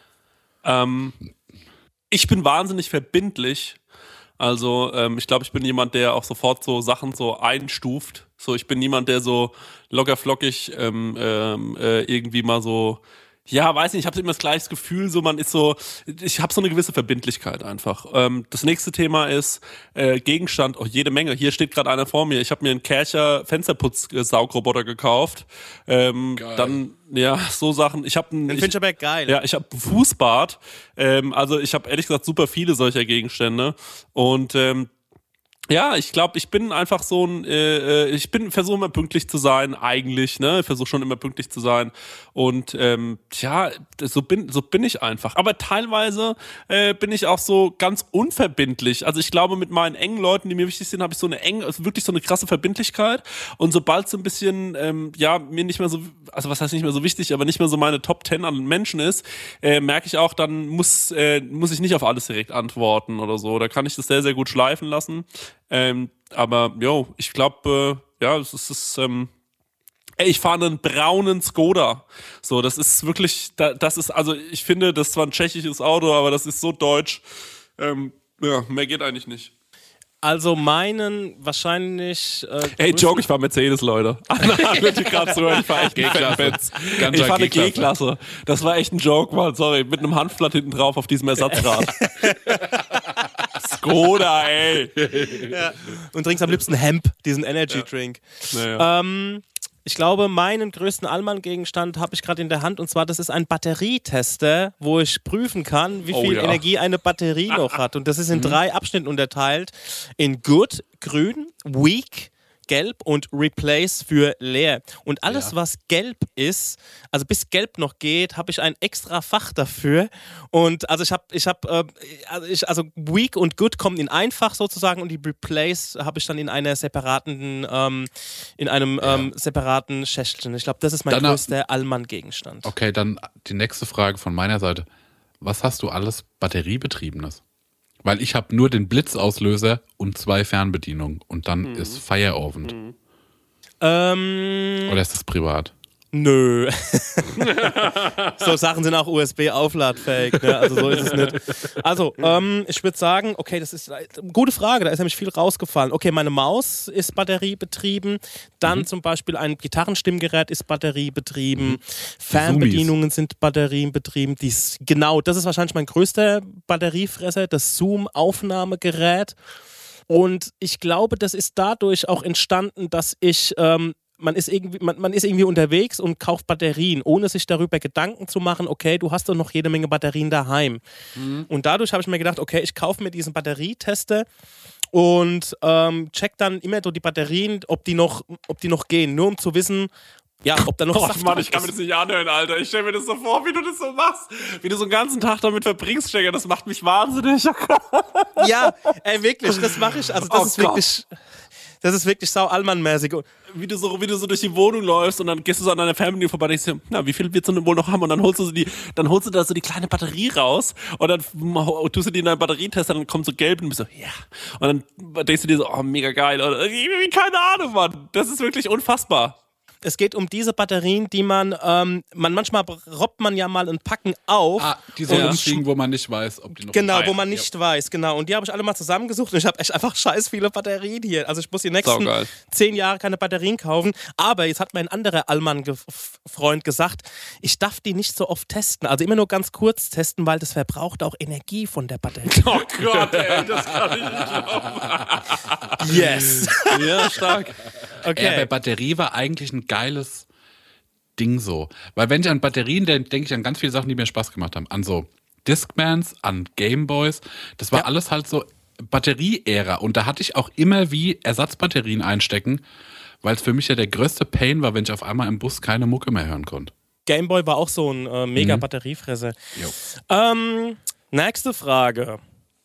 Ich bin wahnsinnig verbindlich. Also ich glaube, ich bin jemand, der auch sofort so Sachen so einstuft. So, ich bin niemand, der so lockerflockig irgendwie mal so, ja, weiß nicht, ich habe immer das gleiche Gefühl, so man ist so, ich habe so eine gewisse Verbindlichkeit einfach. Das nächste Thema ist Gegenstand, auch jede Menge. Hier steht gerade einer vor mir. Ich habe mir einen Kärcher Fensterputz-Saugroboter gekauft. Dann, ja, so Sachen. Den finde ich aber geil. Ja, ich habe ein Fußbad. Also ich habe ehrlich gesagt super viele solcher Gegenstände. Und ja, ich glaube, ich bin einfach so ein, versuche immer pünktlich zu sein, eigentlich, ne? Ich versuche schon immer pünktlich zu sein. Und ja, so bin ich einfach. Aber teilweise bin ich auch so ganz unverbindlich. Also ich glaube, mit meinen engen Leuten, die mir wichtig sind, habe ich wirklich so eine krasse Verbindlichkeit. Und sobald so ein bisschen, ja, mir nicht mehr so, also was heißt nicht mehr so wichtig, aber nicht mehr so meine Top 10 an Menschen ist, merke ich auch, dann muss ich nicht auf alles direkt antworten oder so. Da kann ich das sehr, sehr gut schleifen lassen. Aber ich glaube, ja, es ist Ey, ich fahre einen braunen Skoda. So, das ist wirklich, also ich finde, das ist zwar ein tschechisches Auto, aber das ist so deutsch. Ja, mehr geht eigentlich nicht. Also meinen wahrscheinlich... Hey, Joke, ich fahr Mercedes, Leute. Alle, die gerade zuhören, ich fahr echt G-Klasse. Ich fahr eine G-Klasse. Das war echt ein Joke, Mann, sorry. Mit einem Handblatt hinten drauf auf diesem Ersatzrad. Skoda, ey. Ja. Und trinkst am liebsten Hemp, diesen Energy-Drink. Naja. Ich glaube, meinen größten Allmann-Gegenstand habe ich gerade in der Hand, und zwar, das ist ein Batterietester, wo ich prüfen kann, wie viel Energie eine Batterie noch hat. Und das ist in 3 Abschnitten unterteilt: in Good, Grün, Weak, Gelb und Replace für leer. Und alles, was gelb ist, also bis gelb noch geht, habe ich ein extra Fach dafür. Und also also Weak und Good kommen in ein Fach sozusagen, und die Replace habe ich dann in einer separaten, separaten Schächtchen. Ich glaube, das ist mein größter Allmann-Gegenstand. Okay, dann die nächste Frage von meiner Seite. Was hast du alles Batteriebetriebenes? Weil ich habe nur den Blitzauslöser und 2 Fernbedienungen und dann ist Feierabend. Oder ist das privat? Nö. So Sachen sind auch USB-aufladfähig, ne? Also so ist es nicht. Also, ich würde sagen, okay, das ist eine gute Frage, da ist nämlich viel rausgefallen. Okay, meine Maus ist batteriebetrieben, dann zum Beispiel ein Gitarrenstimmgerät ist batteriebetrieben, Fernbedienungen sind batteriebetrieben. Genau, das ist wahrscheinlich mein größter Batteriefresser, das Zoom-Aufnahmegerät. Und ich glaube, das ist dadurch auch entstanden, dass ich... Man ist irgendwie unterwegs und kauft Batterien, ohne sich darüber Gedanken zu machen, okay, du hast doch noch jede Menge Batterien daheim. Und dadurch habe ich mir gedacht, okay, ich kaufe mir diesen Batterietester und check dann immer so die Batterien, ob die noch gehen, nur um zu wissen, ja, ob da noch Saft Mann, ich kann mir das nicht anhören, Alter. Ich stelle mir das so vor, wie du das so machst. Wie du so einen ganzen Tag damit verbringst, Stecker. Das macht mich wahnsinnig. Ja, ey, wirklich, das mache ich. Also das ist wirklich sau Allmann-mäßig. Wie du so durch die Wohnung läufst und dann gehst du so an deiner Fernbedienung vorbei und denkst dir, na, wie viel wird es denn wohl noch haben? Und dann holst du da so die kleine Batterie raus und dann tust du die in deinen Batterietester, dann kommt so gelb und bist so, ja. Und dann denkst du dir so, oh, mega geil. Oder keine Ahnung, Mann. Das ist wirklich unfassbar. Es geht um diese Batterien, die manchmal robbt man ja mal ein Packen auf. Die so rumfliegen, wo man nicht weiß, ob die noch... Genau, wo man nicht weiß, genau. Und die habe ich alle mal zusammengesucht und ich habe echt einfach scheiß viele Batterien hier. Also ich muss die nächsten 10 Jahre keine Batterien kaufen. Aber jetzt hat mein anderer Allmann-Freund gesagt, ich darf die nicht so oft testen. Also immer nur ganz kurz testen, weil das verbraucht auch Energie von der Batterie. Oh Gott, ey, das kann ich nicht glauben. Yes. Ja, stark. Okay. Ja, bei Batterie war eigentlich ein geiles Ding so. Weil wenn ich an Batterien denke, ich an ganz viele Sachen, die mir Spaß gemacht haben. An so Discmans, an Gameboys. Das war alles halt so Batterie-Ära. Und da hatte ich auch immer wie Ersatzbatterien einstecken, weil es für mich ja der größte Pain war, wenn ich auf einmal im Bus keine Mucke mehr hören konnte. Gameboy war auch so ein mega Batteriefresser. Nächste Frage.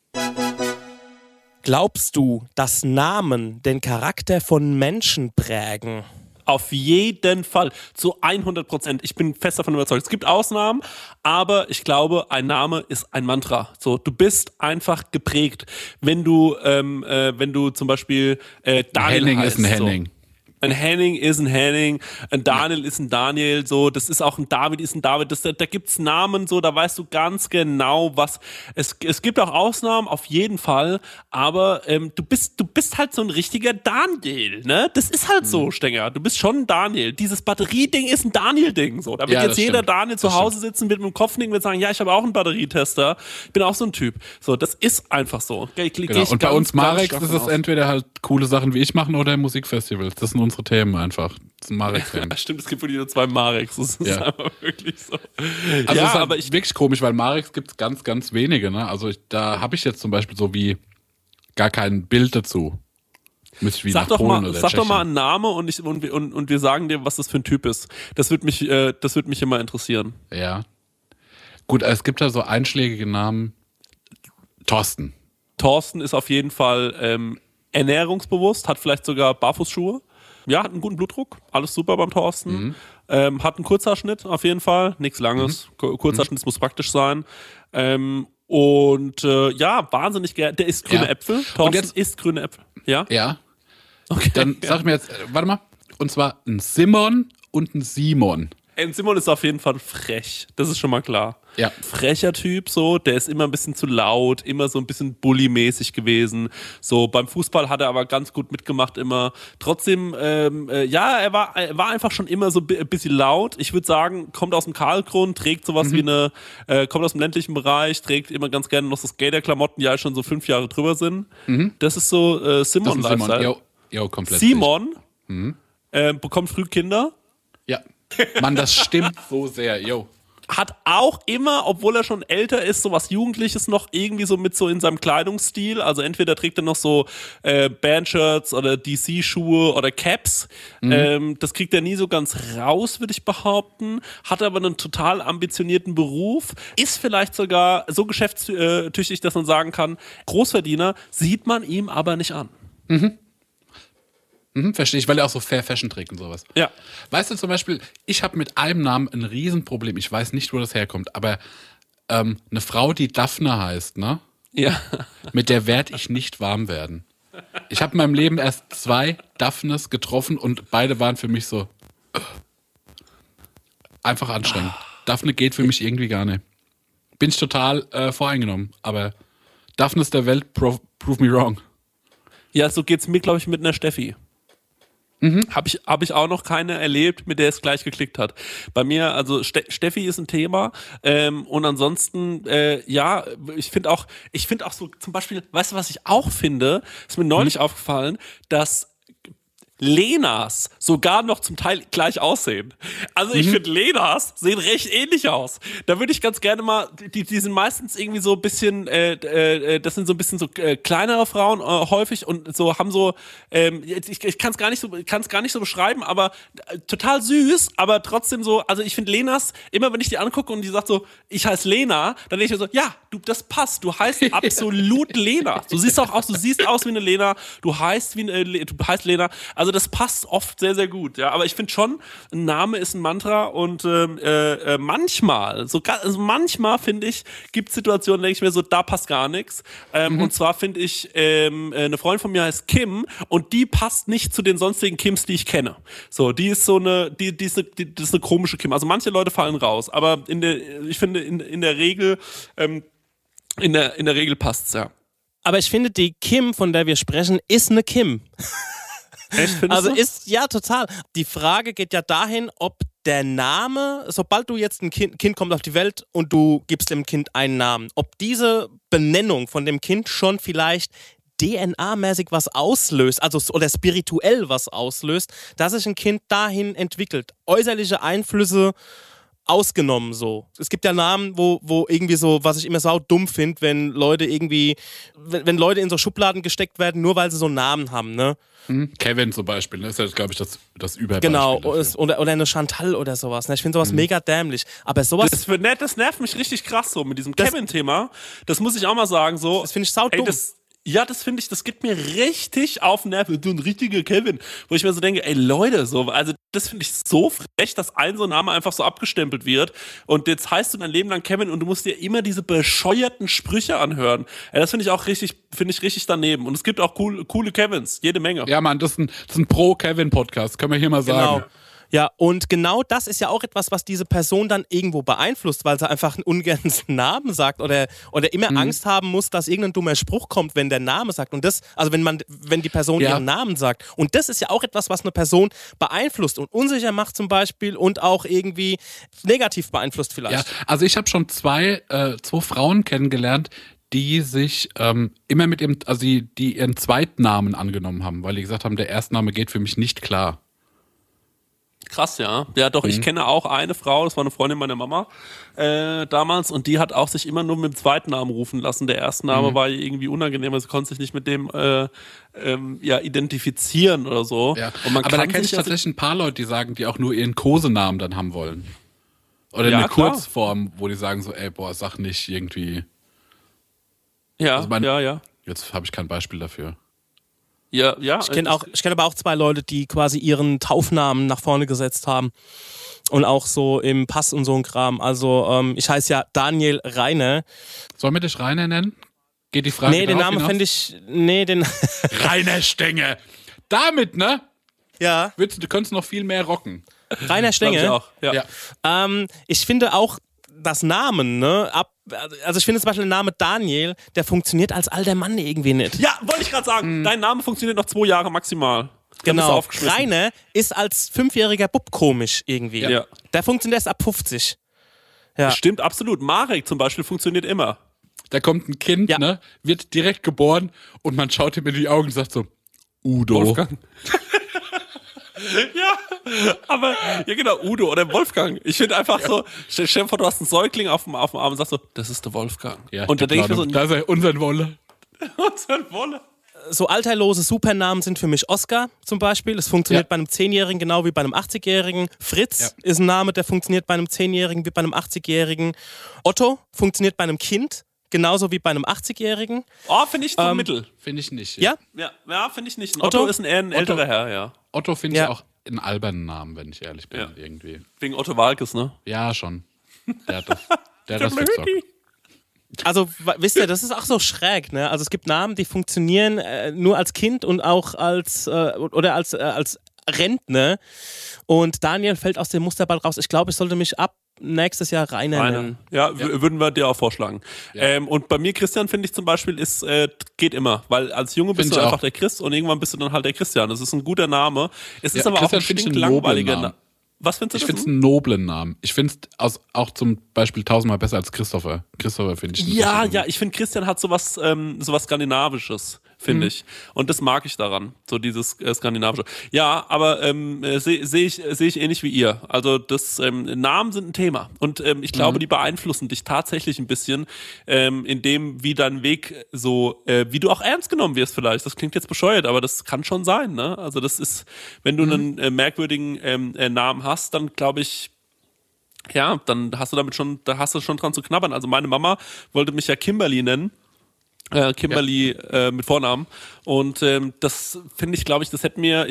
Glaubst du, dass Namen den Charakter von Menschen prägen? Auf jeden Fall, zu 100%. Ich bin fest davon überzeugt. Es gibt Ausnahmen, aber ich glaube, ein Name ist ein Mantra. So, du bist einfach geprägt. Wenn du zum Beispiel Daniel Henning heißt, ist ein Henning. So. Ein Henning ist ein Henning, ein Daniel ist ein Daniel, so, das ist auch ein David ist ein David, da gibt's Namen, so, da weißt du ganz genau, was, es gibt auch Ausnahmen, auf jeden Fall, aber du bist halt so ein richtiger Daniel, ne, das ist halt so, Stenger, du bist schon ein Daniel, dieses Batterieding ist ein Daniel-Ding, so, da wird jetzt jeder Daniel zu Hause sitzen, mit einem Kopfnicken und sagen, ja, ich habe auch einen Batterietester, ich bin auch so ein Typ, so, das ist einfach so. Genau. Und bei uns Marex ist es entweder halt coole Sachen wie ich machen oder Musikfestivals, das sind unsere Themen einfach. Das ist ein Marek-Fan. Ja, stimmt, es gibt wohl nur 2 Mareks. Das ist einfach wirklich so. Also ja, ist halt aber wirklich komisch, weil Mareks gibt es ganz, ganz wenige. Ne? Also da habe ich jetzt zum Beispiel so wie gar kein Bild dazu. Müsste ich wie sag nach Polen mal, oder sag Tschechien. doch mal einen Namen und wir sagen dir, was das für ein Typ ist. Das wird mich immer interessieren. Ja. Gut, es gibt da so einschlägige Namen. Thorsten. Thorsten ist auf jeden Fall ernährungsbewusst, hat vielleicht sogar Barfußschuhe. Ja, hat einen guten Blutdruck, alles super beim Thorsten. Hat einen Kurzhaarschnitt auf jeden Fall, nichts Langes. Kurzhaarschnitt muss praktisch sein. Wahnsinnig gerne. Der isst grüne Äpfel. Thorsten isst grüne Äpfel. Ja? Ja. Okay. Dann sag mir jetzt, warte mal, und zwar ein Simon und ein Simon. Simon ist auf jeden Fall frech. Das ist schon mal klar. Ja. Frecher Typ, so, der ist immer ein bisschen zu laut, immer so ein bisschen bully-mäßig gewesen. So, beim Fußball hat er aber ganz gut mitgemacht immer. Trotzdem, er war einfach schon immer so ein bisschen laut. Ich würde sagen, kommt aus dem Kahlgrund, trägt sowas wie kommt aus dem ländlichen Bereich, trägt immer ganz gerne noch so Skater-Klamotten, die ja schon so 5 Jahre drüber sind. Das ist so Simon-Lifestyle. Jo, komplett. Simon bekommt früh Kinder. Ja. Mann, das stimmt so sehr, yo. Hat auch immer, obwohl er schon älter ist, so was Jugendliches noch irgendwie so mit so in seinem Kleidungsstil. Also entweder trägt er noch so Bandshirts oder DC-Schuhe oder Caps. Das kriegt er nie so ganz raus, würde ich behaupten. Hat aber einen total ambitionierten Beruf. Ist vielleicht sogar so geschäftstüchtig, dass man sagen kann, Großverdiener sieht man ihm aber nicht an. Verstehe ich, weil er auch so Fair Fashion trägt und sowas. Ja. Weißt du zum Beispiel, ich habe mit einem Namen ein Riesenproblem. Ich weiß nicht, wo das herkommt, aber eine Frau, die Daphne heißt, ne? Ja. Mit der werde ich nicht warm werden. Ich habe in meinem Leben erst 2 Daphnes getroffen und beide waren für mich so einfach anstrengend. Daphne geht für mich irgendwie gar nicht. Bin ich total voreingenommen, aber Daphnes der Welt, prove me wrong. Ja, so geht's mir, glaube ich, mit einer Steffi. Hab ich auch noch keine erlebt, mit der es gleich geklickt hat. Bei mir, also Steffi ist ein Thema und ansonsten, ich finde auch so zum Beispiel, weißt du, was ich auch finde, ist mir neulich aufgefallen, dass Lenas sogar noch zum Teil gleich aussehen. Also ich finde, Lenas sehen recht ähnlich aus. Da würde ich ganz gerne mal, die sind meistens irgendwie so ein bisschen, das sind so ein bisschen so kleinere Frauen häufig und so haben so, ich kann es gar nicht so beschreiben, aber total süß, aber trotzdem so, also ich finde Lenas, immer wenn ich die angucke und die sagt so, ich heiße Lena, dann denke ich mir so, ja, das passt, du heißt absolut Lena. Du siehst auch aus, du siehst aus wie eine Lena, du heißt Lena, also das passt oft sehr, sehr gut, ja, aber ich finde schon, ein Name ist ein Mantra und manchmal finde ich, gibt es Situationen, denke ich mir so, da passt gar nichts und zwar finde ich, eine Freundin von mir heißt Kim und die passt nicht zu den sonstigen Kims, die ich kenne. So, die ist so eine, das ist eine komische Kim, also manche Leute fallen raus, aber ich finde, in der Regel, in der Regel passt's, ja. Aber ich finde, die Kim, von der wir sprechen, ist eine Kim. Echt, findest du? Ja, total. Die Frage geht ja dahin, ob der Name, sobald du jetzt ein Kind kommt auf die Welt und du gibst dem Kind einen Namen, ob diese Benennung von dem Kind schon vielleicht DNA-mäßig was auslöst, also oder spirituell was auslöst, dass sich ein Kind dahin entwickelt. Äußerliche Einflüsse ausgenommen so. Es gibt ja Namen, wo irgendwie so, was ich immer so dumm finde, wenn Leute wenn Leute in so Schubladen gesteckt werden, nur weil sie so einen Namen haben, ne? Kevin zum Beispiel, ne? Ist ja, glaube ich, das Überbeispiel. Genau, dafür. oder eine Chantal oder sowas. Ne? Ich finde sowas mega dämlich. Aber sowas... Das nervt mich richtig krass so mit diesem Kevin-Thema. Das muss ich auch mal sagen. So, das finde ich saudumm. Das finde ich, das geht mir richtig auf den Nerven. Du ein richtiger Kevin. Wo ich mir so denke, ey Leute, so, also das finde ich so frech, dass ein so Name einfach so abgestempelt wird. Und jetzt heißt du dein Leben lang Kevin und du musst dir immer diese bescheuerten Sprüche anhören. Ja, das finde ich auch richtig daneben. Und es gibt auch coole Kevins, jede Menge. Ja, Mann, das ist ein Pro-Kevin-Podcast, können wir hier mal sagen. Genau. Ja, und genau das ist ja auch etwas, was diese Person dann irgendwo beeinflusst, weil sie einfach einen ungern Namen sagt oder immer Angst haben muss, dass irgendein dummer Spruch kommt, wenn der Name sagt. Und das, also wenn die Person ihren Namen sagt. Und das ist ja auch etwas, was eine Person beeinflusst und unsicher macht zum Beispiel und auch irgendwie negativ beeinflusst vielleicht. Ja, also ich habe schon zwei Frauen kennengelernt, die sich immer mit die ihren Zweitnamen angenommen haben, weil die gesagt haben, der Erstname geht für mich nicht klar. Krass, ja. Ja, doch, ich kenne auch eine Frau, das war eine Freundin meiner Mama damals und die hat auch sich immer nur mit dem zweiten Namen rufen lassen. Der erste Name war ihr irgendwie unangenehm, sie konnte sich nicht mit dem identifizieren oder so. Ja. Und man aber da kann kenne ich sich tatsächlich ein paar Leute, die sagen, die auch nur ihren Kosenamen dann haben wollen. Oder eine klar. Kurzform, wo die sagen so, ey, boah, sag nicht irgendwie. Ja, also Jetzt habe ich kein Beispiel dafür. Ja. Ich kenne aber auch 2 Leute, die quasi ihren Taufnamen nach vorne gesetzt haben. Und auch so im Pass und so ein Kram. Also ich heiße ja Daniel Reiner. Sollen wir dich Rainer nennen? Geht die Frage Nee, den Namen fände ich... Nee, den... Rainer Stenge! Damit, ne? Ja. Du könntest noch viel mehr rocken. Rainer Stengel. Glaub ich auch. Ja. Ich finde auch, das Namen, ne? Also ich finde zum Beispiel der Name Daniel, der funktioniert als alter Mann irgendwie nicht. Ja, wollte ich gerade sagen. Dein Name funktioniert noch 2 Jahre maximal. Dann bist du Genau. aufgeschmissen. Rainer ist als 5-jähriger Bub komisch irgendwie. Ja. Der funktioniert erst ab 50. Ja. Stimmt, absolut. Marek zum Beispiel funktioniert immer. Da kommt ein Kind, Ja. ne, wird direkt geboren und man schaut ihm in die Augen und sagt so, Udo. Wolfgang. Ja, aber, ja genau, Udo oder Wolfgang. Ich finde einfach so, stell dir vor, du hast einen Säugling auf dem Arm und sagst so, das ist der Wolfgang. Ja, und da denke ich mir so, da ist er, unser Wolle. unser Wolle. So alterlose Supernamen sind für mich Oscar zum Beispiel. Das funktioniert bei einem 10-Jährigen genau wie bei einem 80-Jährigen. Fritz ist ein Name, der funktioniert bei einem 10-Jährigen wie bei einem 80-Jährigen. Otto funktioniert bei einem Kind genauso wie bei einem 80-Jährigen. Oh, finde ich so mittel. Finde ich nicht. Ja? Ja, finde ich nicht. Ein Otto? Otto ist eher ein älterer Herr, ja. Otto finde Ja. ich auch einen albernen Namen, wenn ich ehrlich bin, Ja. irgendwie. Wegen Otto Walkes, ne? Ja, schon. Der hat das verzockt. Also, wisst ihr, das ist auch so schräg, ne? Also es gibt Namen, die funktionieren nur als Kind und auch als als Rentner. Und Daniel fällt aus dem Musterball raus. Ich glaube, ich sollte mich ab nächstes Jahr Rainer nennen. Ja, würden wir dir auch vorschlagen. Und bei mir, Christian, finde ich zum Beispiel, geht immer. Weil als Junge bist Find du ich einfach auch. der Christ und irgendwann bist du dann halt der Christian. Das ist ein guter Name. Es ist Ja, aber Christian auch ein find ich einen stinklangweiliger noblen Name. Namen. Was findest du Ich dazu? finde es einen noblen Namen. Ich finde es auch zum Beispiel 1000-mal besser als Christopher. Christopher finde ich Ja, richtig gut. ich finde, Christian hat sowas Skandinavisches, finde ich. Und das mag ich daran, so dieses Skandinavische. Ja, aber sehe ich ähnlich wie ihr. Also Namen sind ein Thema. Und ich glaube, die beeinflussen dich tatsächlich ein bisschen, in dem, wie dein Weg so, wie du auch ernst genommen wirst vielleicht. Das klingt jetzt bescheuert, aber das kann schon sein, ne? Also das ist, wenn du einen merkwürdigen Namen hast, dann glaube ich, ja, dann hast du schon dran zu knabbern. Also meine Mama wollte mich ja Kimberly nennen. Kimberly mit Vornamen. Und das finde ich, glaube ich, das hätte mir,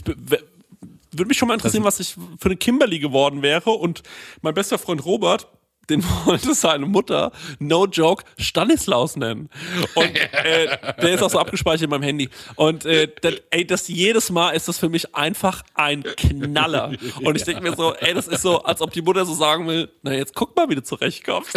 würde mich schon mal interessieren, was ich für eine Kimberly geworden wäre. Und mein bester Freund Robert, den wollte seine Mutter, no joke, Stanislaus nennen. Und der ist auch so abgespeichert in meinem Handy. Und das jedes Mal ist das für mich einfach ein Knaller. Und ich denke mir so, das ist so, als ob die Mutter so sagen will, na jetzt guck mal, wie du zurechtkommst.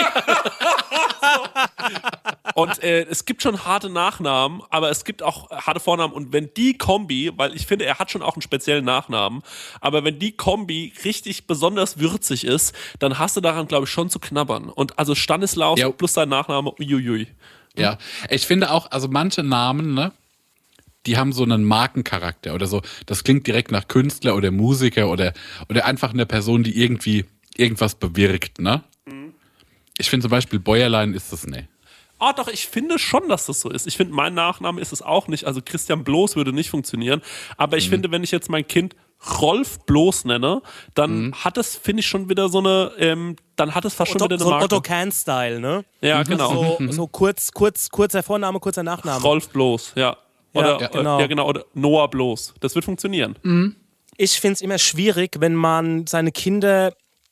Und es gibt schon harte Nachnamen, aber es gibt auch harte Vornamen. Und wenn die Kombi, weil ich finde, er hat schon auch einen speziellen Nachnamen, aber wenn die Kombi richtig besonders würzig ist, dann hast du daran, glaube ich, schon zu knabbern. Und also Stanislaus plus sein Nachname, uiuiui. Ja, ich finde auch, also manche Namen, ne, die haben so einen Markencharakter oder so. Das klingt direkt nach Künstler oder Musiker oder einfach eine Person, die irgendwie irgendwas bewirkt, ne? Ich finde zum Beispiel Bäuerlein ist das, ne. Ah, doch, ich finde schon, dass das so ist. Ich finde, mein Nachname ist es auch nicht. Also Christian Bloß würde nicht funktionieren. Aber ich finde, wenn ich jetzt mein Kind Rolf Bloß nenne, dann hat es, finde ich, schon wieder so eine, dann hat es fast schon wieder eine So ein Marke. Otto Can-Style, ne? Ja, genau. So kurzer Vorname, kurzer Nachname. Rolf Bloß, ja. Oder, Ja, genau. ja, genau. Oder Noah Bloß. Das wird funktionieren. Ich finde es immer schwierig, wenn man seine Kinder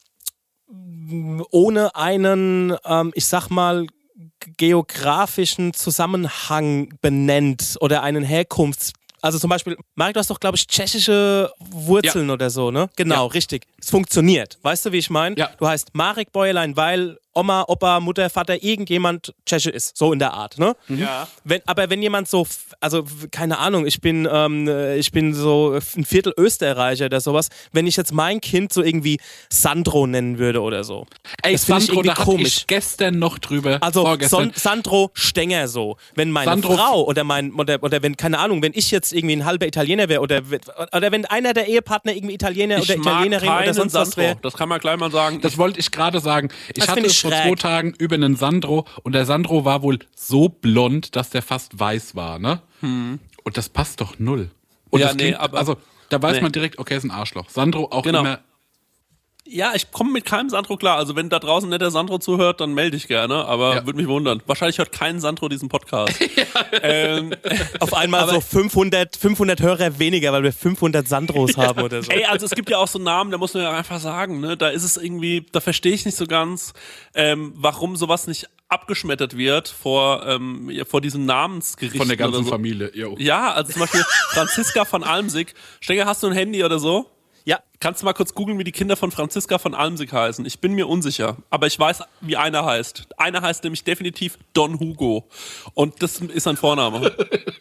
ohne einen, ich sag mal, geografischen Zusammenhang benennt oder einen Also zum Beispiel, Marek, du hast doch, glaube ich, tschechische Wurzeln oder so, ne? Genau, richtig. Es funktioniert. Weißt du, wie ich meine? Ja. Du heißt Marek Bäuerlein, weil Oma, Opa, Mutter, Vater, irgendjemand Tscheche ist. So in der Art, ne? Ja. Aber wenn jemand so, also keine Ahnung, ich bin so ein Viertel Österreicher oder sowas, wenn ich jetzt mein Kind so irgendwie Sandro nennen würde oder so. Ey, das finde ich Sandro, irgendwie da hatte komisch. ich gestern noch drüber. Also vorgestern. Sandro Stenger so. Wenn meine Sandro- Frau oder wenn, keine Ahnung, wenn ich jetzt irgendwie ein halber Italiener wäre oder wenn einer der Ehepartner irgendwie Italiener oder Ich mag Italienerin oder keinen sonst was Sandro. wäre. Das kann man gleich mal sagen. Das wollte ich gerade sagen. Ich Das hatte find es ich vor schräg. 2 Tagen über einen Sandro und der Sandro war wohl so blond, dass der fast weiß war, ne? Und das passt doch null. Und Ja, das klingt, aber- also da weiß nee. man direkt, okay, ist ein Arschloch. Sandro auch Genau. immer. Ja, ich komme mit keinem Sandro klar. Also wenn da draußen nicht der Sandro zuhört, dann melde ich gerne. Aber Ja. würde mich wundern. Wahrscheinlich hört kein Sandro diesen Podcast. Auf einmal so 500 Hörer weniger, weil wir 500 Sandros haben oder so. Ey, also es gibt ja auch so Namen, da muss man ja einfach sagen, ne, da ist es irgendwie, da verstehe ich nicht so ganz, warum sowas nicht abgeschmettert wird vor diesem Namensgericht. Von der ganzen oder so. Familie. Jo. Ja, also zum Beispiel Franziska von Almsig. Stenger, hast du ein Handy oder so? Ja. Kannst du mal kurz googeln, wie die Kinder von Franziska von Almsick heißen? Ich bin mir unsicher, aber ich weiß, wie einer heißt. Einer heißt nämlich definitiv Don Hugo. Und das ist ein Vorname.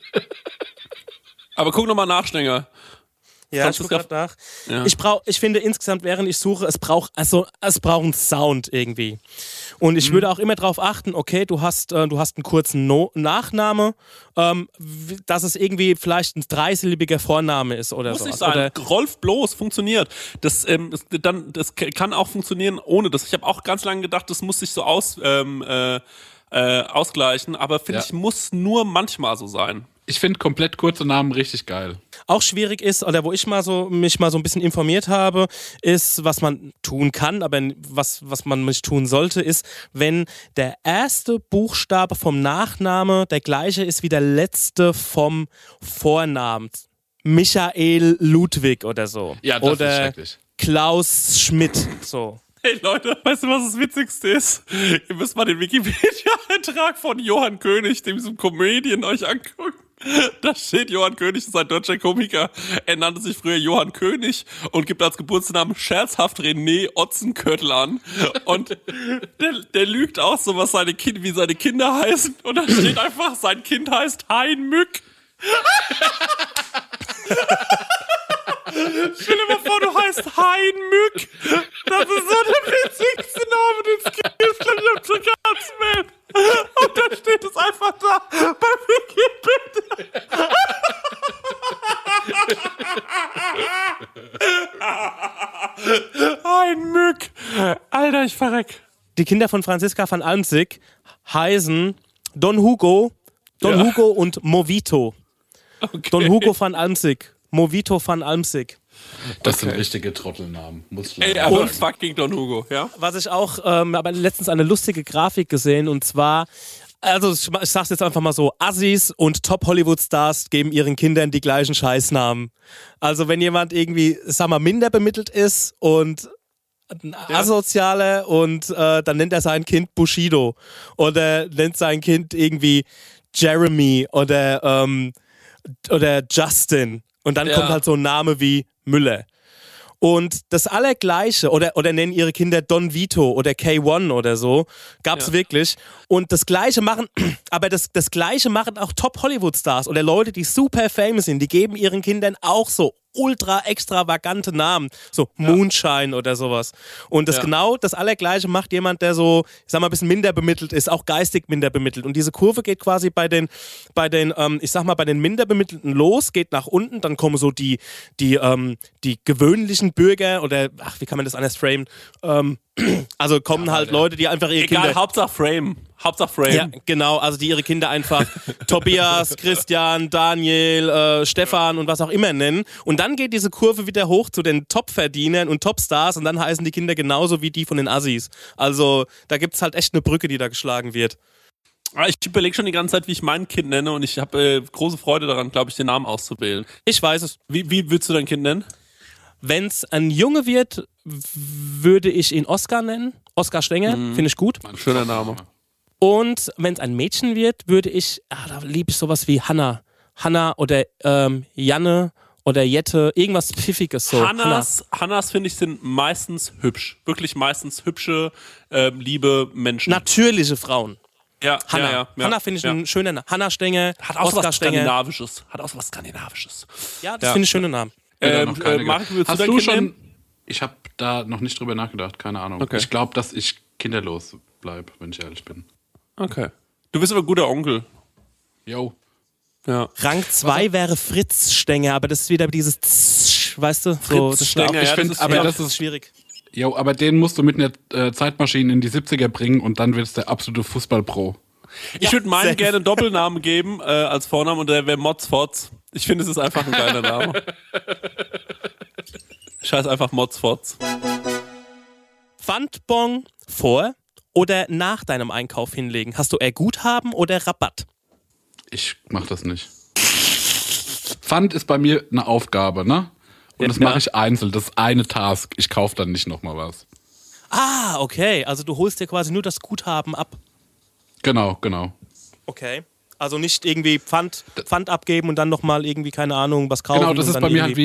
Aber guck nochmal nach, Stenger. Ja, ich guck grad nach. Ja. Ich finde insgesamt, während ich suche, es braucht einen Sound irgendwie. Und ich würde auch immer darauf achten, okay, du hast einen kurzen Nachname, dass es irgendwie vielleicht ein dreisilbiger Vorname ist oder so. Muss nicht sein. Oder Rolf Bloß funktioniert. Das kann auch funktionieren ohne das. Ich habe auch ganz lange gedacht, das muss sich so ausgleichen, aber finde ich, muss nur manchmal so sein. Ich finde komplett kurze Namen richtig geil. auch schwierig ist, oder wo ich mich mal so ein bisschen informiert habe, ist, was man tun kann, aber was man nicht tun sollte, ist, wenn der erste Buchstabe vom Nachname der gleiche ist wie der letzte vom Vornamen. Michael Ludwig oder so. Ja, das oder ist schrecklich. Klaus Schmidt, so. Hey Leute, weißt du, was das Witzigste ist? Ihr müsst mal den Wikipedia-Eintrag von Johann König, diesem Comedian, euch angucken. Da steht, Johann König ist ein deutscher Komiker. Er nannte sich früher Johann König und gibt als Geburtsnamen scherzhaft René Otzenköttl an. Und der lügt auch so, wie seine Kinder heißen. Und da steht einfach, sein Kind heißt Hein Mück. Stell dir mal vor, du heißt Hein Mück. Das ist so der witzigste Name, den es gibt, glaube ich, auf der ganzen Welt. Und dann steht es einfach da bei Wikipedia. Hein Mück. Alter, ich verreck. Die Kinder von Franziska van Almsick heißen Don Hugo und Movito. Okay. Don Hugo van Almsick, Movito van Almsick. Das sind richtige Trottelnamen. Muss Ey, leider aber sagen. fucking Don Hugo, ja? Was ich auch, aber letztens eine lustige Grafik gesehen, und zwar, also ich sag's jetzt einfach mal so, Assis und Top-Hollywood-Stars geben ihren Kindern die gleichen Scheißnamen. Also wenn jemand irgendwie, sag mal, minder bemittelt ist und ein Asozialer und dann nennt er sein Kind Bushido oder nennt sein Kind irgendwie Jeremy oder Justin. Und dann kommt halt so ein Name wie Müller. Und das Allergleiche, oder nennen ihre Kinder Don Vito oder K1 oder so, gab's wirklich. Und das Gleiche machen, aber das Gleiche machen auch Top-Hollywood-Stars oder Leute, die super famous sind, die geben ihren Kindern auch so ultra extravagante Namen, so Moonshine oder sowas. Und das genau das Allergleiche macht jemand, der so, ich sag mal, ein bisschen minder bemittelt ist, auch geistig minder bemittelt. Und diese Kurve geht quasi bei den minder bemittelten los, geht nach unten, dann kommen so die gewöhnlichen Bürger oder, wie kann man das anders framen? Also kommen halt Leute, die einfach ihre Kinder... Hauptsache Frame. Ja, genau, also die ihre Kinder einfach Tobias, Christian, Daniel, Stefan und was auch immer nennen. Und dann geht diese Kurve wieder hoch zu den Top-Verdienern und Top-Stars und dann heißen die Kinder genauso wie die von den Assis. Also da gibt's halt echt eine Brücke, die da geschlagen wird. Ich überlege schon die ganze Zeit, wie ich mein Kind nenne, und ich habe große Freude daran, glaube ich, den Namen auszuwählen. Ich weiß es. Wie würdest du dein Kind nennen? Wenn's ein Junge wird, würde ich ihn Oskar nennen. Oskar Stenger, finde ich gut. Schöner Name. Und wenn es ein Mädchen wird, würde ich, da liebe ich sowas wie Hanna. Hanna oder Janne oder Jette, irgendwas Pfiffiges so. Hannas, finde ich, sind meistens hübsch. Wirklich meistens hübsche, liebe Menschen. Natürliche Frauen. Ja, Hanna. ja. Hanna finde ich einen schönen Namen. Hanna Stenger, Hat auch so Oskar was Stenger. Skandinavisches. Ja, das finde ich schöne Namen. Marc, würdest Hast dein du Kind schon... nennen? Ich habe da noch nicht drüber nachgedacht, keine Ahnung. Okay. Ich glaube, dass ich kinderlos bleibe, wenn ich ehrlich bin. Okay. Du bist aber ein guter Onkel. Jo. Ja. Rang 2 wäre Fritz Stenger, aber das ist wieder dieses Tsch, weißt du? So, Fritz das Stenger, ist ja, auch, find, das aber ist, das das ist- ist schwierig. Jo, aber den musst du mit einer Zeitmaschine in die 70er bringen und dann wird es der absolute Fußballpro. Ich würde meinen safe. gerne einen Doppelnamen geben als Vornamen, und der wäre Motzfotz. Ich finde, es ist einfach ein geiler Name. Scheiß einfach Motzfotz. Pfandbon vor oder nach deinem Einkauf hinlegen? Hast du eher Guthaben oder Rabatt? Ich mach das nicht. Pfand ist bei mir eine Aufgabe, ne? Und das mache ich einzeln. Das ist eine Task. Ich kaufe dann nicht nochmal was. Ah, okay. Also du holst dir quasi nur das Guthaben ab. Genau. Okay. Also nicht irgendwie Pfand abgeben und dann nochmal irgendwie, keine Ahnung, was kaufen. Genau, das und ist dann bei mir halt irgendwie-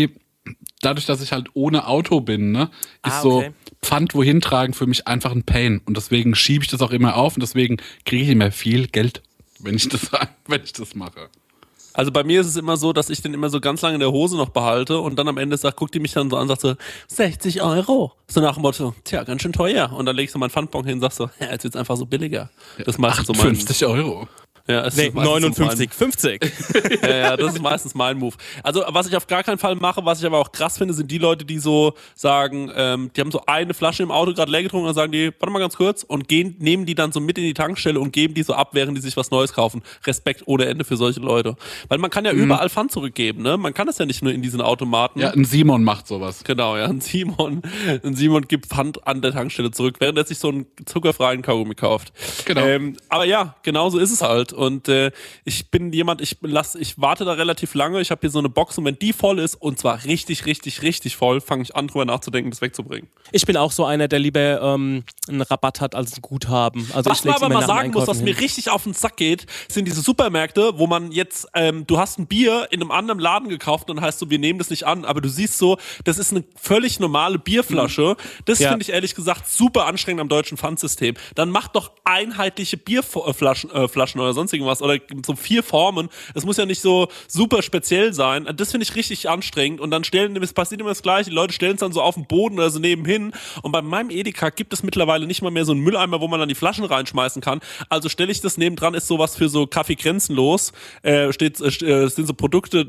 dadurch, dass ich halt ohne Auto bin, ne, ist Ah, so okay. Pfand wohin tragen für mich einfach ein Pain. Und deswegen schiebe ich das auch immer auf und deswegen kriege ich immer viel Geld, wenn ich das mache. Also bei mir ist es immer so, dass ich den immer so ganz lange in der Hose noch behalte und dann am Ende guckt die mich dann so an und sagt so, 60 €. So nach dem Motto, tja, ganz schön teuer. Und dann lege ich so meinen Pfandbon hin und sag so, ja, jetzt wird's einfach so billiger. Das ist meistens so mein... 50 €. Ja, es Nee, ist meistens so 59,50. ja, das ist meistens mein Move. Also, was ich auf gar keinen Fall mache, was ich aber auch krass finde, sind die Leute, die so sagen, die haben so eine Flasche im Auto gerade leer getrunken und dann sagen die, warte mal ganz kurz und nehmen die dann so mit in die Tankstelle und geben die so ab, während die sich was Neues kaufen. Respekt ohne Ende für solche Leute. Weil man kann ja überall Pfand zurückgeben, ne? Man kann das ja nicht nur in diesen Automaten. Ja, ein Simon macht sowas. Genau, ja, ein Simon gibt Pfand an der Tankstelle zurück, während er sich so einen zuckerfreien Kaugummi kauft. Genau. Aber ja, genau so ist es halt. Und ich bin jemand, ich warte da relativ lange. Ich habe hier so eine Box und wenn die voll ist, und zwar richtig, richtig, richtig voll, fange ich an, drüber nachzudenken, das wegzubringen. Ich bin auch so einer, der lieber einen Rabatt hat als ein Guthaben. Also Was ich man leg's aber immer mal nach dem sagen muss, was Einkaufen mir hin. richtig auf den Sack geht, sind diese Supermärkte, wo man jetzt, du hast ein Bier in einem anderen Laden gekauft und dann heißt so, wir nehmen das nicht an, aber du siehst so, das ist eine völlig normale Bierflasche. Das Ja. finde ich ehrlich gesagt super anstrengend am deutschen Pfandsystem. Dann macht doch einheitliche Bierflaschen Flaschen oder sonst irgendwas oder so 4 Formen. Es muss ja nicht so super speziell sein. Das finde ich richtig anstrengend und dann es passiert immer das Gleiche. Die Leute stellen es dann so auf den Boden oder so nebenhin und bei meinem Edeka gibt es mittlerweile nicht mal mehr so einen Mülleimer, wo man dann die Flaschen reinschmeißen kann. Also stelle ich das nebendran, ist sowas für so Kaffee grenzenlos. Sind so Produkte,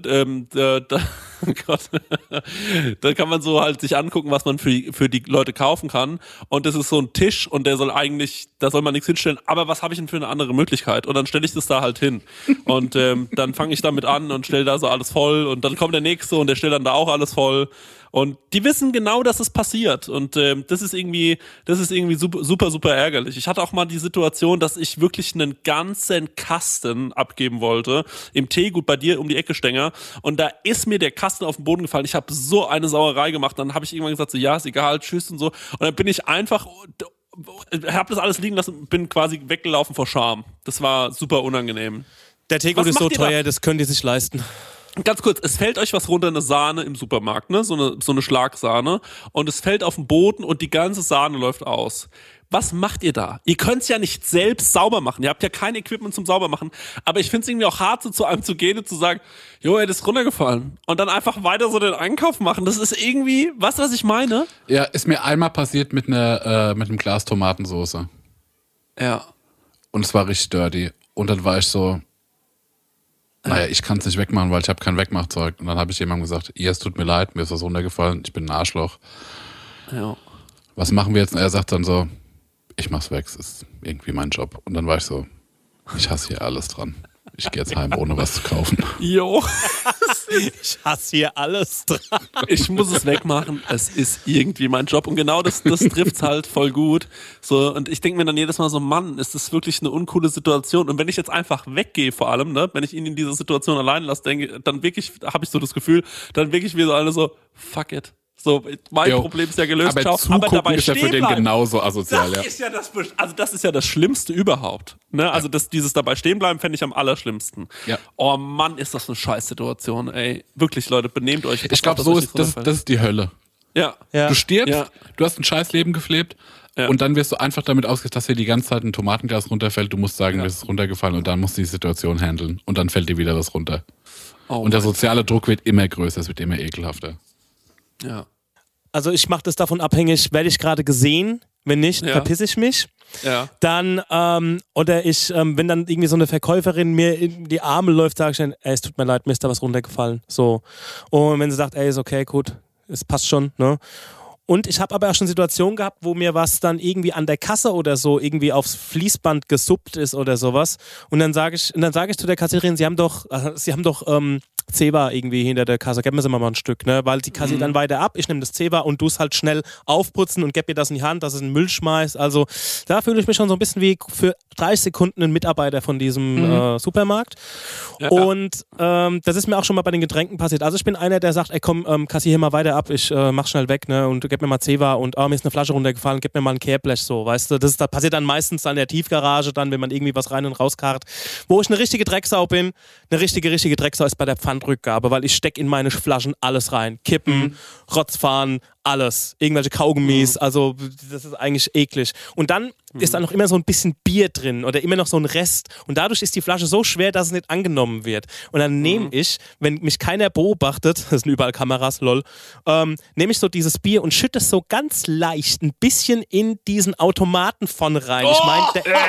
oh Gott. Da kann man so halt sich angucken, was man für die Leute kaufen kann. Und das ist so ein Tisch und da soll man nichts hinstellen. Aber was habe ich denn für eine andere Möglichkeit? Und dann stelle ich das da halt hin. Und dann fange ich damit an und stelle da so alles voll. Und dann kommt der Nächste und der stellt dann da auch alles voll. Und die wissen genau, dass es passiert. Und das ist irgendwie super, super, super ärgerlich. Ich hatte auch mal die Situation, dass ich wirklich einen ganzen Kasten abgeben wollte. Im Teegut bei dir um die Ecke, Stenger. Und da ist mir der Kasten auf den Boden gefallen. Ich habe so eine Sauerei gemacht. Dann habe ich irgendwann gesagt, so ja, ist egal, tschüss und so. Und dann bin ich einfach... habe das alles liegen lassen und bin quasi weggelaufen vor Scham. Das war super unangenehm. Der Teegut Was ist so macht ihr da? teuer, das können die sich leisten. Ganz kurz, es fällt euch was runter, eine Sahne im Supermarkt, ne? So eine Schlagsahne. Und es fällt auf den Boden und die ganze Sahne läuft aus. Was macht ihr da? Ihr könnt es ja nicht selbst sauber machen. Ihr habt ja kein Equipment zum Saubermachen. Aber ich finde es irgendwie auch hart, so zu einem zu gehen und zu sagen, jo, ey, das ist runtergefallen. Und dann einfach weiter so den Einkauf machen. Das ist irgendwie, weißt du, was ich meine? Ja, ist mir einmal passiert mit einem Glas Tomatensauce. Ja. Und es war richtig dirty. Und dann war ich so, naja, ich kann es nicht wegmachen, weil ich habe kein Wegmachzeug. Und dann habe ich jemandem gesagt, es tut mir leid, mir ist was runtergefallen, ich bin ein Arschloch. Ja. Was machen wir jetzt? Und er sagt dann so, ich mach's weg, es ist irgendwie mein Job. Und dann war ich so, ich hasse hier alles dran. Ich gehe jetzt heim, ohne was zu kaufen. Jo. Ich hasse hier alles dran. Ich muss es wegmachen. Es ist irgendwie mein Job. Und genau das trifft's halt voll gut. So, und ich denke mir dann jedes Mal so, Mann, ist das wirklich eine uncoole Situation. Und wenn ich jetzt einfach weggehe, vor allem, ne, wenn ich ihn in dieser Situation allein lasse, dann wirklich, habe ich so das Gefühl, dann wirklich wie so alle so, fuck it. So, mein Problem ist ja gelöst. Aber Ciao. zugucken dabei ist ja für stehen den bleiben. genauso asozial. Das ist ja das ist ja das Schlimmste überhaupt. Ne? Also dieses dabei stehen bleiben fände ich am allerschlimmsten. Ja. Oh Mann, ist das eine Scheißsituation, ey. Wirklich, Leute, benehmt euch. Ich glaube, so ist das ist die Hölle. Ja. Ja. Du stirbst, Ja. du hast ein scheiß Leben gelebt Ja. und dann wirst du einfach damit ausgesetzt, dass dir die ganze Zeit ein Tomatenglas runterfällt. Du musst sagen, mir ist es runtergefallen und dann musst du die Situation handeln und dann fällt dir wieder was runter. Oh Und der soziale Druck wird immer größer, es wird immer ekelhafter. Ja. Also ich mache das davon abhängig, werde ich gerade gesehen, wenn nicht, Ja. verpiss ich mich. Ja. Dann, oder ich, wenn dann irgendwie so eine Verkäuferin mir in die Arme läuft, sage ich dann, ey, es tut mir leid, mir ist da was runtergefallen. So. Und wenn sie sagt, ey, ist okay, gut, es passt schon, ne? Und ich habe aber auch schon Situationen gehabt, wo mir was dann irgendwie an der Kasse oder so irgendwie aufs Fließband gesuppt ist oder sowas. Und dann sage ich zu der Kassiererin, Sie haben doch Zewa irgendwie hinter der Kasse, gib mir sie mal ein Stück, ne? Weil die kassiert dann weiter ab, ich nehme das Zewa und du es halt schnell aufputzen und gib mir das in die Hand, dass es in den Müll schmeißt. Also da fühle ich mich schon so ein bisschen wie für 30 Sekunden ein Mitarbeiter von diesem Supermarkt. Ja. Und das ist mir auch schon mal bei den Getränken passiert. Also ich bin einer, der sagt, ey komm, kassier hier mal weiter ab, ich mach schnell weg, ne? Und gib mir mal Zewa und mir ist eine Flasche runtergefallen, gib mir mal ein Kehrblech, so, weißt du. Das passiert dann meistens an der Tiefgarage, dann, wenn man irgendwie was rein und rauskarrt. Wo ich eine richtige Drecksau bin, eine richtige Drecksau ist bei der Pfanne Pfandrückgabe, weil ich stecke in meine Flaschen alles rein. Kippen, Rotzfahren, alles. Irgendwelche Kaugummis, also das ist eigentlich eklig. Und dann ist da noch immer so ein bisschen Bier drin oder immer noch so ein Rest. Und dadurch ist die Flasche so schwer, dass es nicht angenommen wird. Und dann nehme ich, wenn mich keiner beobachtet, das sind überall Kameras, lol, nehme ich so dieses Bier und schütte es so ganz leicht ein bisschen in diesen Automaten von rein. Ich meine,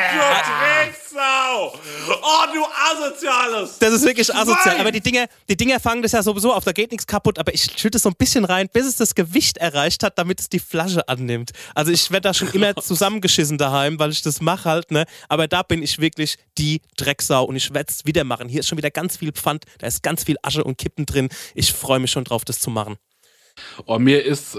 Drecksau! Oh, du Asoziales! das ist wirklich asozial. Aber die Dinger fangen das ja sowieso auf, da geht nichts kaputt. Aber ich schütte es so ein bisschen rein, bis es das Gewicht erreicht hat, damit es die Flasche annimmt. Also ich werde da schon immer zusammengeschissen daheim, weil ich das mache halt, ne? Aber da bin ich wirklich die Drecksau und ich werde es wieder machen. Hier ist schon wieder ganz viel Pfand, da ist ganz viel Asche und Kippen drin. Ich freue mich schon drauf, das zu machen. Oh, mir ist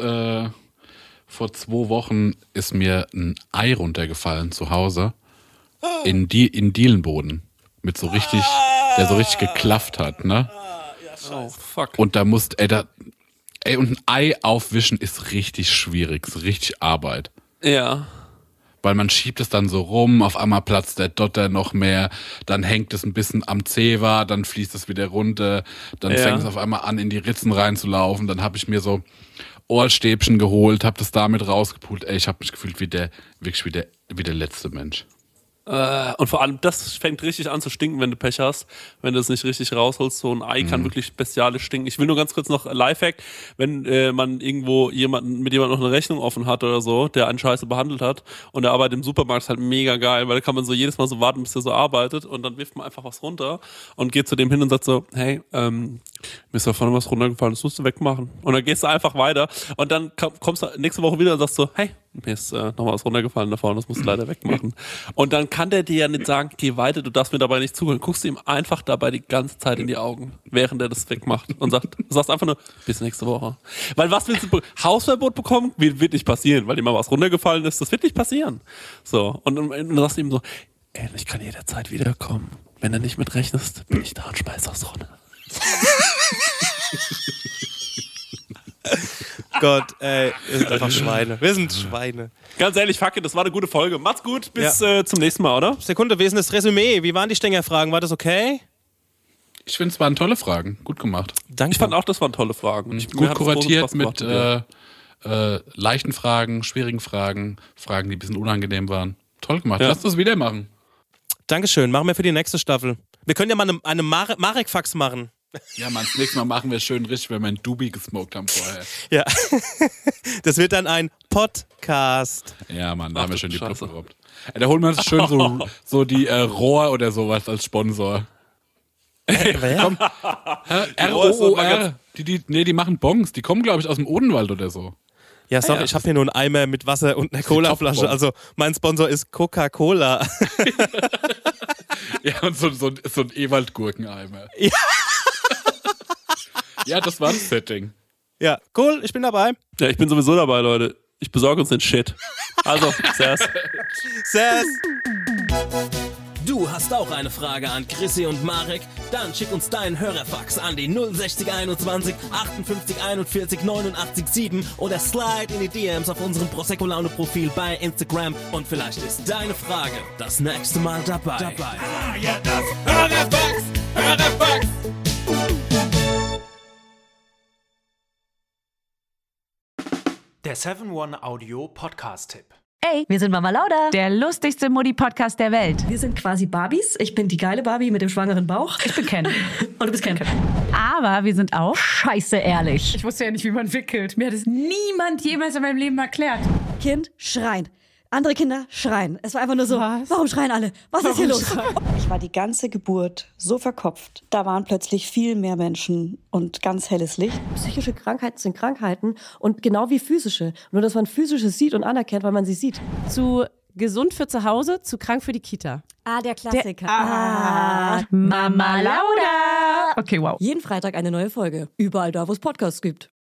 vor 2 Wochen ist mir ein Ei runtergefallen zu Hause in Dielenboden mit so richtig, der so richtig geklafft hat, ne? Oh, fuck. Und da und ein Ei aufwischen ist richtig schwierig, ist richtig Arbeit. Ja. Weil man schiebt es dann so rum, auf einmal platzt der Dotter noch mehr, dann hängt es ein bisschen am Zewa, dann fließt es wieder runter, dann fängt es auf einmal an, in die Ritzen reinzulaufen, dann habe ich mir so Ohrstäbchen geholt, habe das damit rausgepult. Ich habe mich gefühlt wie der letzte Mensch. Und vor allem, das fängt richtig an zu stinken, wenn du Pech hast, wenn du es nicht richtig rausholst. So ein Ei kann wirklich bestialisch stinken. Ich will nur ganz kurz noch Lifehack, wenn man irgendwo mit jemandem noch eine Rechnung offen hat oder so, der einen scheiße behandelt hat und der arbeitet im Supermarkt, ist halt mega geil, weil da kann man so jedes Mal so warten, bis der so arbeitet und dann wirft man einfach was runter und geht zu dem hin und sagt so, hey, mir ist da vorne was runtergefallen, das musst du wegmachen. Und dann gehst du einfach weiter und dann kommst du nächste Woche wieder und sagst so, hey, mir ist nochmal was runtergefallen da vorne, das musst du leider wegmachen. Und dann kann der dir ja nicht sagen, geh weiter, du darfst mir dabei nicht zuhören. Guckst du ihm einfach dabei die ganze Zeit in die Augen, während er das wegmacht und sagst einfach nur, bis nächste Woche. Weil was willst du, Hausverbot bekommen? Wird nicht passieren, weil ihm mal was runtergefallen ist, das wird nicht passieren. So, und dann sagst du ihm so, ich kann jederzeit wiederkommen. Wenn du nicht mit rechnest, bin ich da und schmeiß aufs runter. Gott, ey, wir sind einfach Schweine. Wir sind Schweine. Ganz ehrlich, fuck it, das war eine gute Folge. Macht's gut, bis zum nächsten Mal, oder? Sekunde, wie ist denn das Resümee? Wie waren die Stenger-Fragen? War das okay? Ich finde, es waren tolle Fragen. Gut gemacht. Danke. Ich fand auch, das waren tolle Fragen. Gut kuratiert mit leichten Fragen, schwierigen Fragen, Fragen, die ein bisschen unangenehm waren. Toll gemacht. Ja. Lass das wieder machen. Dankeschön. Machen wir für die nächste Staffel. Wir können ja mal eine Marek-Fax machen. Ja, Mann, das nächste Mal machen wir schön richtig, wenn wir einen Dubi gesmoked haben vorher. Ja. Das wird dann ein Podcast. Ja, Mann, da haben wir schön die Puppe Scheiße. gerobbt. Da holen wir uns schön so die Rohr oder sowas als Sponsor. Komm, ROOR. Die machen Bongs. Die kommen, glaube ich, aus dem Odenwald oder so. Ja, sorry, ich habe hier nur einen Eimer mit Wasser und einer Colaflasche. Also mein Sponsor ist Coca-Cola. Ja, und so ein Ewald-Gurkeneimer. Ja. Ja, das war das Setting. Ja, cool, ich bin dabei. Ja, ich bin sowieso dabei, Leute. Ich besorge uns den Shit. Also, Servus. Servus. Du hast auch eine Frage an Chrissy und Marek? Dann schick uns deinen Hörerfax an die 06021 58 41 89 7 oder slide in die DMs auf unserem Prosecco Laune Profil bei Instagram und vielleicht ist deine Frage das nächste Mal dabei. Ah, ja, das Hörerfax, Hörerfax. Der 7-One-Audio-Podcast-Tipp. Ey, wir sind Mama Lauda. Der lustigste Mutti-Podcast der Welt. Wir sind quasi Barbies. Ich bin die geile Barbie mit dem schwangeren Bauch. Ich bin Ken. Und du bist Ken. Aber wir sind auch... Scheiße ehrlich. Ich wusste ja nicht, wie man wickelt. Mir hat es niemand jemals in meinem Leben erklärt. Kind schreien. Andere Kinder schreien. Es war einfach nur so, Was? warum schreien alle? Was ist hier los? Ich war die ganze Geburt so verkopft. Da waren plötzlich viel mehr Menschen und ganz helles Licht. Psychische Krankheiten sind Krankheiten und genau wie physische. Nur, dass man physische sieht und anerkennt, weil man sie sieht. Zu gesund für zu Hause, zu krank für die Kita. Ah, der Klassiker. Mama Lauda. Okay, wow. Jeden Freitag eine neue Folge. Überall da, wo es Podcasts gibt.